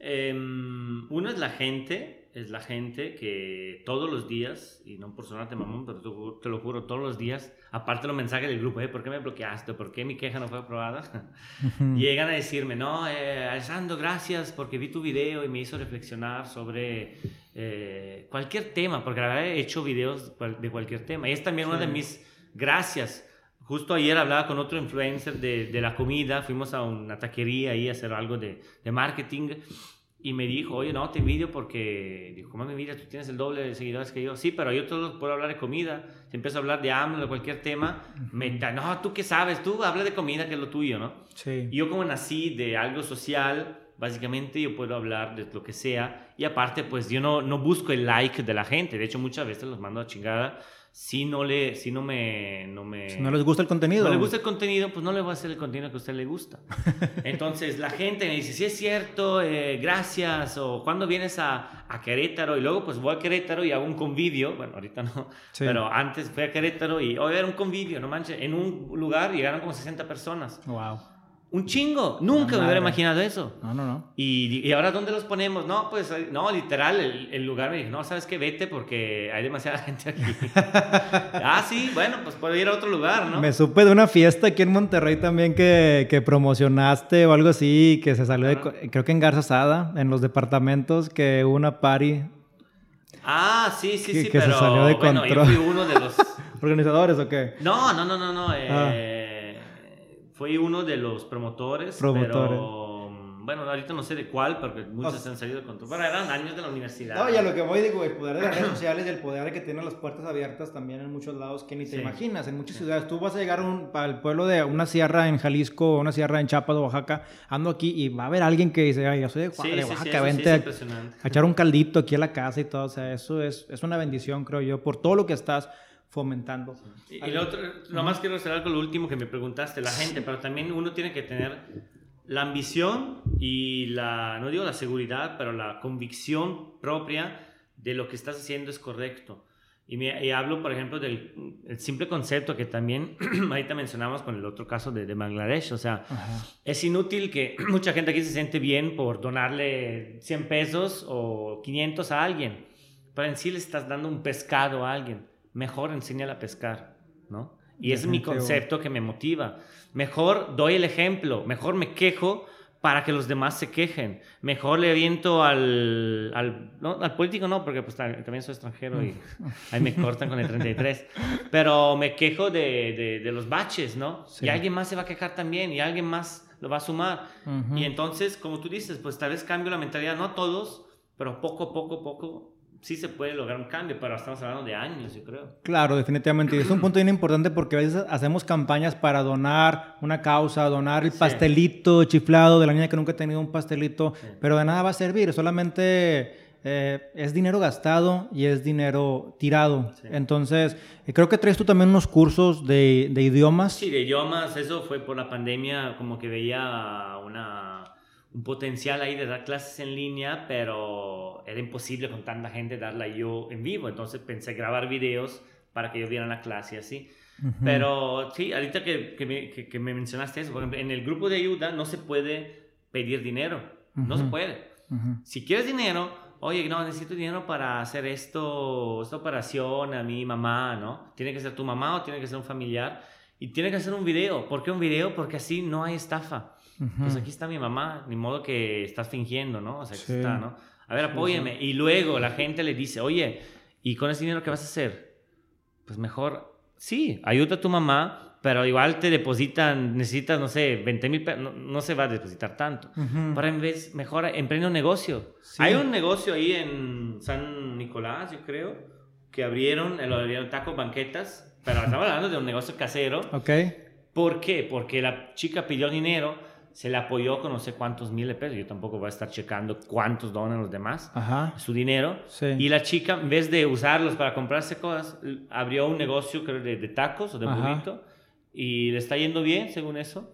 Uno es la gente que todos los días, y no por sonarte mamón, pero te lo juro, todos los días, aparte los mensajes del grupo, ¿por qué me bloqueaste? ¿Por qué mi queja no fue aprobada? Llegan a decirme, no, Alessandro, gracias porque vi tu video y me hizo reflexionar sobre cualquier tema, porque la verdad he hecho videos de cualquier tema. Y es también una de mis gracias. Justo ayer hablaba con otro influencer de la comida, fuimos a una taquería ahí a hacer algo de marketing y me dijo, oye, no, te envidio porque, dijo, ¿cómo me envidias? Tú tienes el doble de seguidores que yo. Sí, pero yo todo puedo hablar de comida. Si empiezo a hablar de AMLO, de cualquier tema, no, ¿tú qué sabes? Tú habla de comida, que es lo tuyo, ¿no? Sí. Y yo como nací de algo social, básicamente yo puedo hablar de lo que sea y aparte, pues yo no busco el like de la gente. De hecho, muchas veces los mando a chingada Si no les gusta el contenido. No les gusta el contenido, pues no le voy a hacer el contenido que a usted le gusta. Entonces la gente me dice, sí es cierto, gracias, o ¿cuándo vienes a Querétaro? Y luego pues voy a Querétaro y hago un convivio, bueno, ahorita no, sí. Pero antes fui a Querétaro y hoy era un convivio, no manches, en un lugar llegaron como 60 personas. Wow. Un chingo, nunca me hubiera imaginado eso. No. ¿Y ahora dónde los ponemos? No, pues, no, literal, el lugar me dijo, no, ¿sabes qué? Vete porque hay demasiada gente aquí. Sí, bueno, pues puedo ir a otro lugar, ¿no? Me supe de una fiesta aquí en Monterrey también que promocionaste o algo así, que se salió creo que en Garza Sada, en los departamentos, que hubo una party. Sí, que pero se salió de control. Yo fui uno de los... ¿Organizadores o qué? No. Fui uno de los promotores. Pero bueno, ahorita no sé de cuál, porque muchos se han salido de control. Pero eran años de la universidad. No, y a lo que voy, digo, el poder de las redes sociales y el poder que tienen las puertas abiertas también en muchos lados que ni te imaginas. En muchas ciudades, tú vas a llegar al pueblo de una sierra en Jalisco, una sierra en Chiapas o Oaxaca, ando aquí y va a haber alguien que dice, ay, yo soy de Oaxaca, vente a echar un caldito aquí a la casa y todo. O sea, eso es una bendición, creo yo, por todo lo que estás fomentando. Y lo otro, nomás quiero hacer algo, lo último que me preguntaste, la gente, pero también uno tiene que tener la ambición y no digo la seguridad, pero la convicción propia de lo que estás haciendo es correcto. Y hablo, por ejemplo, del simple concepto que también ahorita mencionamos con el otro caso de Bangladesh. O sea, es inútil que mucha gente aquí se siente bien por donarle 100 pesos o 500 a alguien, pero en sí le estás dando un pescado a alguien. Mejor enséñale a pescar, ¿no? Y ese es mi concepto que me motiva. Mejor doy el ejemplo, mejor me quejo para que los demás se quejen. Mejor le aviento al político, no, porque pues también soy extranjero y ahí me cortan con el 33. Pero me quejo de los baches, ¿no? Sí. Y alguien más se va a quejar también y alguien más lo va a sumar. Y entonces, como tú dices, pues tal vez cambio la mentalidad, no todos, pero poco a poco sí se puede lograr un cambio, pero estamos hablando de años, yo creo. Claro, definitivamente. Y es un punto bien importante porque a veces hacemos campañas para donar una causa, donar el pastelito chiflado de la niña que nunca ha tenido un pastelito, pero de nada va a servir. Solamente es dinero gastado y es dinero tirado. Sí. Entonces, creo que traes tú también unos cursos de idiomas. Sí, de idiomas. Eso fue por la pandemia, como que veía un potencial ahí de dar clases en línea, pero era imposible con tanta gente darla yo en vivo. Entonces pensé grabar videos para que ellos vieran la clase así. Pero sí, ahorita que me mencionaste eso, por ejemplo, en el grupo de ayuda no se puede pedir dinero. No se puede. Si quieres dinero, oye, no, necesito dinero para hacer esta operación a mi mamá, ¿no? Tiene que ser tu mamá o tiene que ser un familiar. Y tiene que hacer un video. ¿Por qué un video? Porque así no hay estafa. Pues aquí está mi mamá, ni modo que estás fingiendo, ¿no? O sea, aquí está, ¿no? A ver, apóyeme. Y luego la gente le dice, oye, ¿y con ese dinero qué vas a hacer? Pues mejor, sí, ayuda a tu mamá, pero igual te depositan, necesitas, no sé, 20,000 pesos, no se va a depositar tanto. Para mejor emprende un negocio. Sí. Hay un negocio ahí en San Nicolás, yo creo, que abrieron tacos banquetas, pero estamos hablando de un negocio casero. Ok. ¿Por qué? Porque la chica pidió dinero, se le apoyó con no sé cuántos miles de pesos. Yo tampoco voy a estar checando cuántos donan los demás. Su dinero. Sí. Y la chica, en vez de usarlos para comprarse cosas, abrió un negocio, creo, de tacos o de burrito. Y le está yendo bien, según eso.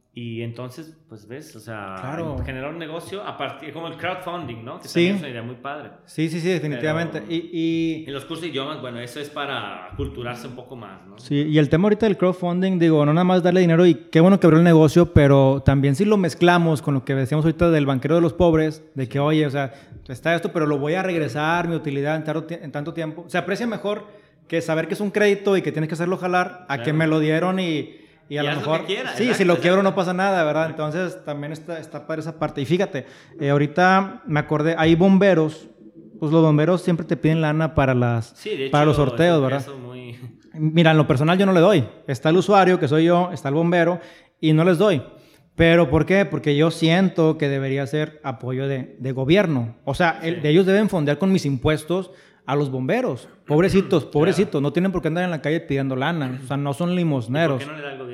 Y entonces, pues ves, o sea, generar un negocio a partir, como el crowdfunding, ¿no? Que también es una idea muy padre. Sí, definitivamente. Pero, y en los cursos de idiomas, bueno, eso es para culturarse un poco más, ¿no? Sí, y el tema ahorita del crowdfunding, digo, no nada más darle dinero y qué bueno que abrió el negocio, pero también si lo mezclamos con lo que decíamos ahorita del banquero de los pobres, de que, oye, o sea, está esto, pero lo voy a regresar, mi utilidad en tanto tiempo. Se aprecia mejor que saber que es un crédito y que tienes que hacerlo jalar a que me lo dieron y a lo mejor, si lo quiebro no pasa nada, ¿verdad? Entonces también está para esa parte. Y fíjate, ahorita me acordé, hay bomberos, pues los bomberos siempre te piden lana para para los sorteos, ¿verdad? Mira, en lo personal yo no le doy. Está el usuario, que soy yo, está el bombero, y no les doy. ¿Pero por qué? Porque yo siento que debería ser apoyo de gobierno. O sea, ellos deben fondear con mis impuestos a los bomberos. Pobrecitos, no tienen por qué andar en la calle pidiendo lana. O sea, no son limosneros. ¿Por qué no le da el gobierno?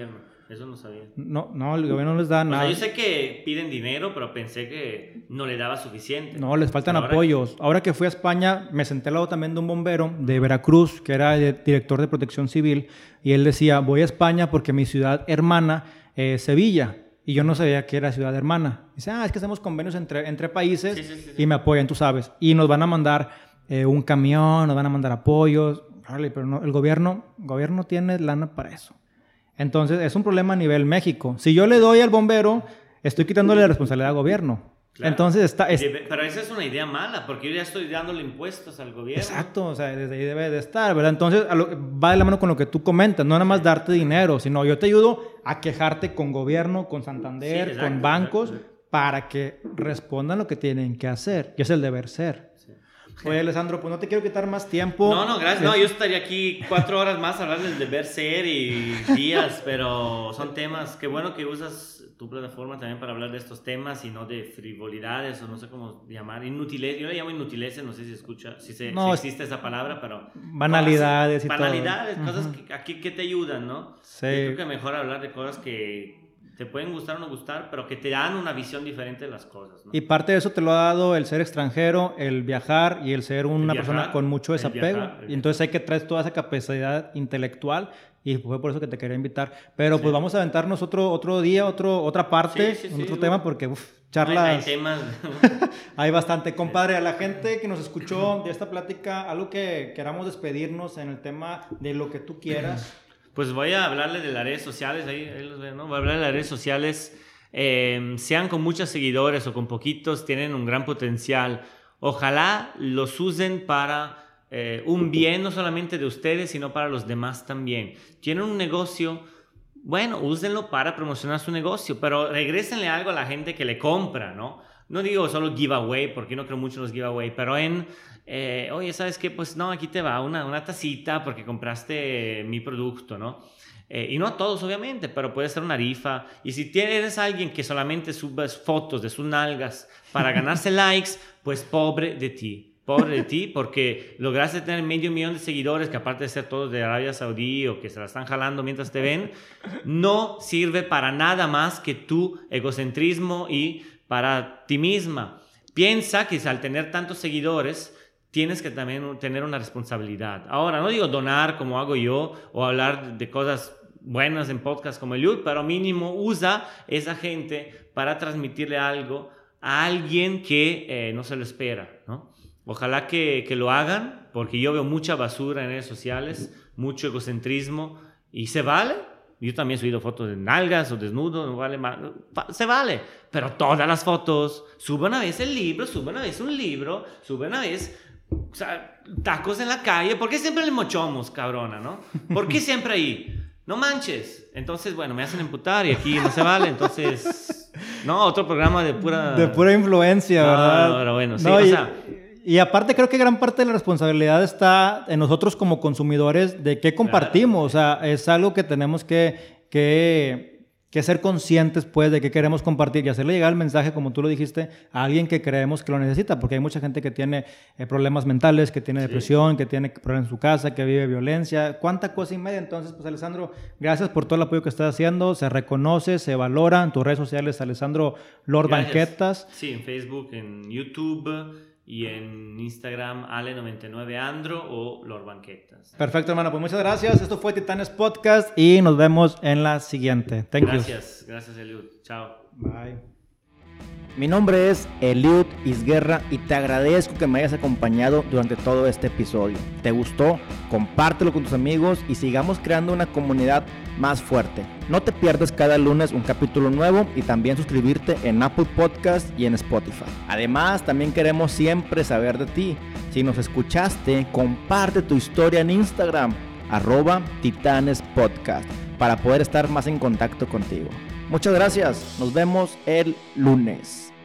Eso no sabía. No, el gobierno no les da nada. Yo sé que piden dinero, pero pensé que no le daba suficiente. No, les faltan apoyos. Ahora que fui a España, me senté al lado también de un bombero de Veracruz, que era el director de Protección Civil, y él decía, voy a España porque mi ciudad hermana es Sevilla. Y yo no sabía que era ciudad hermana. Dice, es que hacemos convenios entre países sí. Y me apoyan, tú sabes. Y nos van a mandar un camión, nos van a mandar apoyos. Vale, pero no, el gobierno tiene lana para eso. Entonces, es un problema a nivel México. Si yo le doy al bombero, estoy quitándole la responsabilidad al gobierno. Claro. Entonces pero esa es una idea mala, porque yo ya estoy dándole impuestos al gobierno. Exacto, o sea, desde ahí debe de estar, ¿verdad? Entonces, va de la mano con lo que tú comentas, no nada más darte dinero, sino yo te ayudo a quejarte con gobierno, con Santander, exacto, con bancos, para que respondan lo que tienen que hacer, que es el deber ser. Oye, Alessandro, pues no te quiero quitar más tiempo. No, gracias. No, yo estaría aquí 4 horas más hablando del deber ser y días, pero son temas. Qué bueno que usas tu plataforma también para hablar de estos temas y no de frivolidades o no sé cómo llamar. Inutileces. Yo le llamo inutileces, no sé si existe esa palabra, pero... Banalidades y todo. Banalidades, cosas que te ayudan, ¿no? Sí. Yo creo que mejor hablar de cosas que te pueden gustar o no gustar, pero que te dan una visión diferente de las cosas, ¿no? Y parte de eso te lo ha dado el ser extranjero, el viajar y el ser una persona con mucho desapego. Y entonces hay que traer toda esa capacidad intelectual y fue por eso que te quería invitar. Pero pues vamos a aventarnos otro día, otra parte, otro tema, porque charlas... Hay temas... hay bastante. Compadre, a la gente que nos escuchó de esta plática, algo que queramos despedirnos en el tema de lo que tú quieras... Pues voy a hablarle de las redes sociales, ahí los ven, ¿no? Voy a hablar de las redes sociales, sean con muchos seguidores o con poquitos, tienen un gran potencial. Ojalá los usen para un bien, no solamente de ustedes, sino para los demás también. Tienen un negocio, bueno, úsenlo para promocionar su negocio, pero regrésenle algo a la gente que le compra, ¿no? No digo solo giveaway, porque no creo mucho en los giveaway, pero oye, ¿sabes qué? Pues no, aquí te va una tacita porque compraste mi producto, ¿no? Y no a todos, obviamente, pero puede ser una rifa. Y si eres alguien que solamente subes fotos de sus nalgas para ganarse likes, pues pobre de ti, porque lograste tener 500,000 de seguidores, que aparte de ser todos de Arabia Saudí o que se la están jalando mientras te ven, no sirve para nada más que tu egocentrismo y para ti misma. Piensa que al tener tantos seguidores tienes que también tener una responsabilidad. Ahora, no digo donar como hago yo o hablar de cosas buenas en podcast como Eliud, pero mínimo usa esa gente para transmitirle algo a alguien que no se lo espera, ¿no? Ojalá que lo hagan, porque yo veo mucha basura en redes sociales, mucho egocentrismo, y se vale. Yo también he subido fotos de nalgas o desnudo, no vale más. Se vale, pero todas las fotos, sube una vez el libro, sube una vez un libro, sube una vez... O sea, tacos en la calle. ¿Por qué siempre le mochamos, cabrona, no? ¿Por qué siempre ahí? No manches. Entonces, bueno, me hacen emputar y aquí no se vale. Entonces, no, otro programa de pura influencia, ¿verdad? No, pero bueno, sí, no, y aparte creo que gran parte de la responsabilidad está en nosotros como consumidores de qué compartimos. Claro. O sea, es algo que tenemos que ser conscientes, pues, de qué queremos compartir y hacerle llegar el mensaje, como tú lo dijiste, a alguien que creemos que lo necesita, porque hay mucha gente que tiene problemas mentales, que tiene depresión, que tiene problemas en su casa, que vive violencia, cuánta cosa y media. Entonces, pues, Alessandro, gracias por todo el apoyo que estás haciendo, se reconoce, se valora en tus redes sociales, Alessandro Lord Banquetas. Sí, en Facebook, en YouTube... y en Instagram, Ale99Andro o Lord Banquetas. Perfecto, hermano. Pues muchas gracias. Esto fue Titanes Podcast y nos vemos en la siguiente. Gracias, Eliud. Chao. Bye. Mi nombre es Eliud Isguerra y te agradezco que me hayas acompañado durante todo este episodio. ¿Te gustó? Compártelo con tus amigos y sigamos creando una comunidad más fuerte. No te pierdas cada lunes un capítulo nuevo y también suscribirte en Apple Podcast y en Spotify. Además, también queremos siempre saber de ti. Si nos escuchaste, comparte tu historia en Instagram, @TitanesPodcast, para poder estar más en contacto contigo. Muchas gracias. Nos vemos el lunes.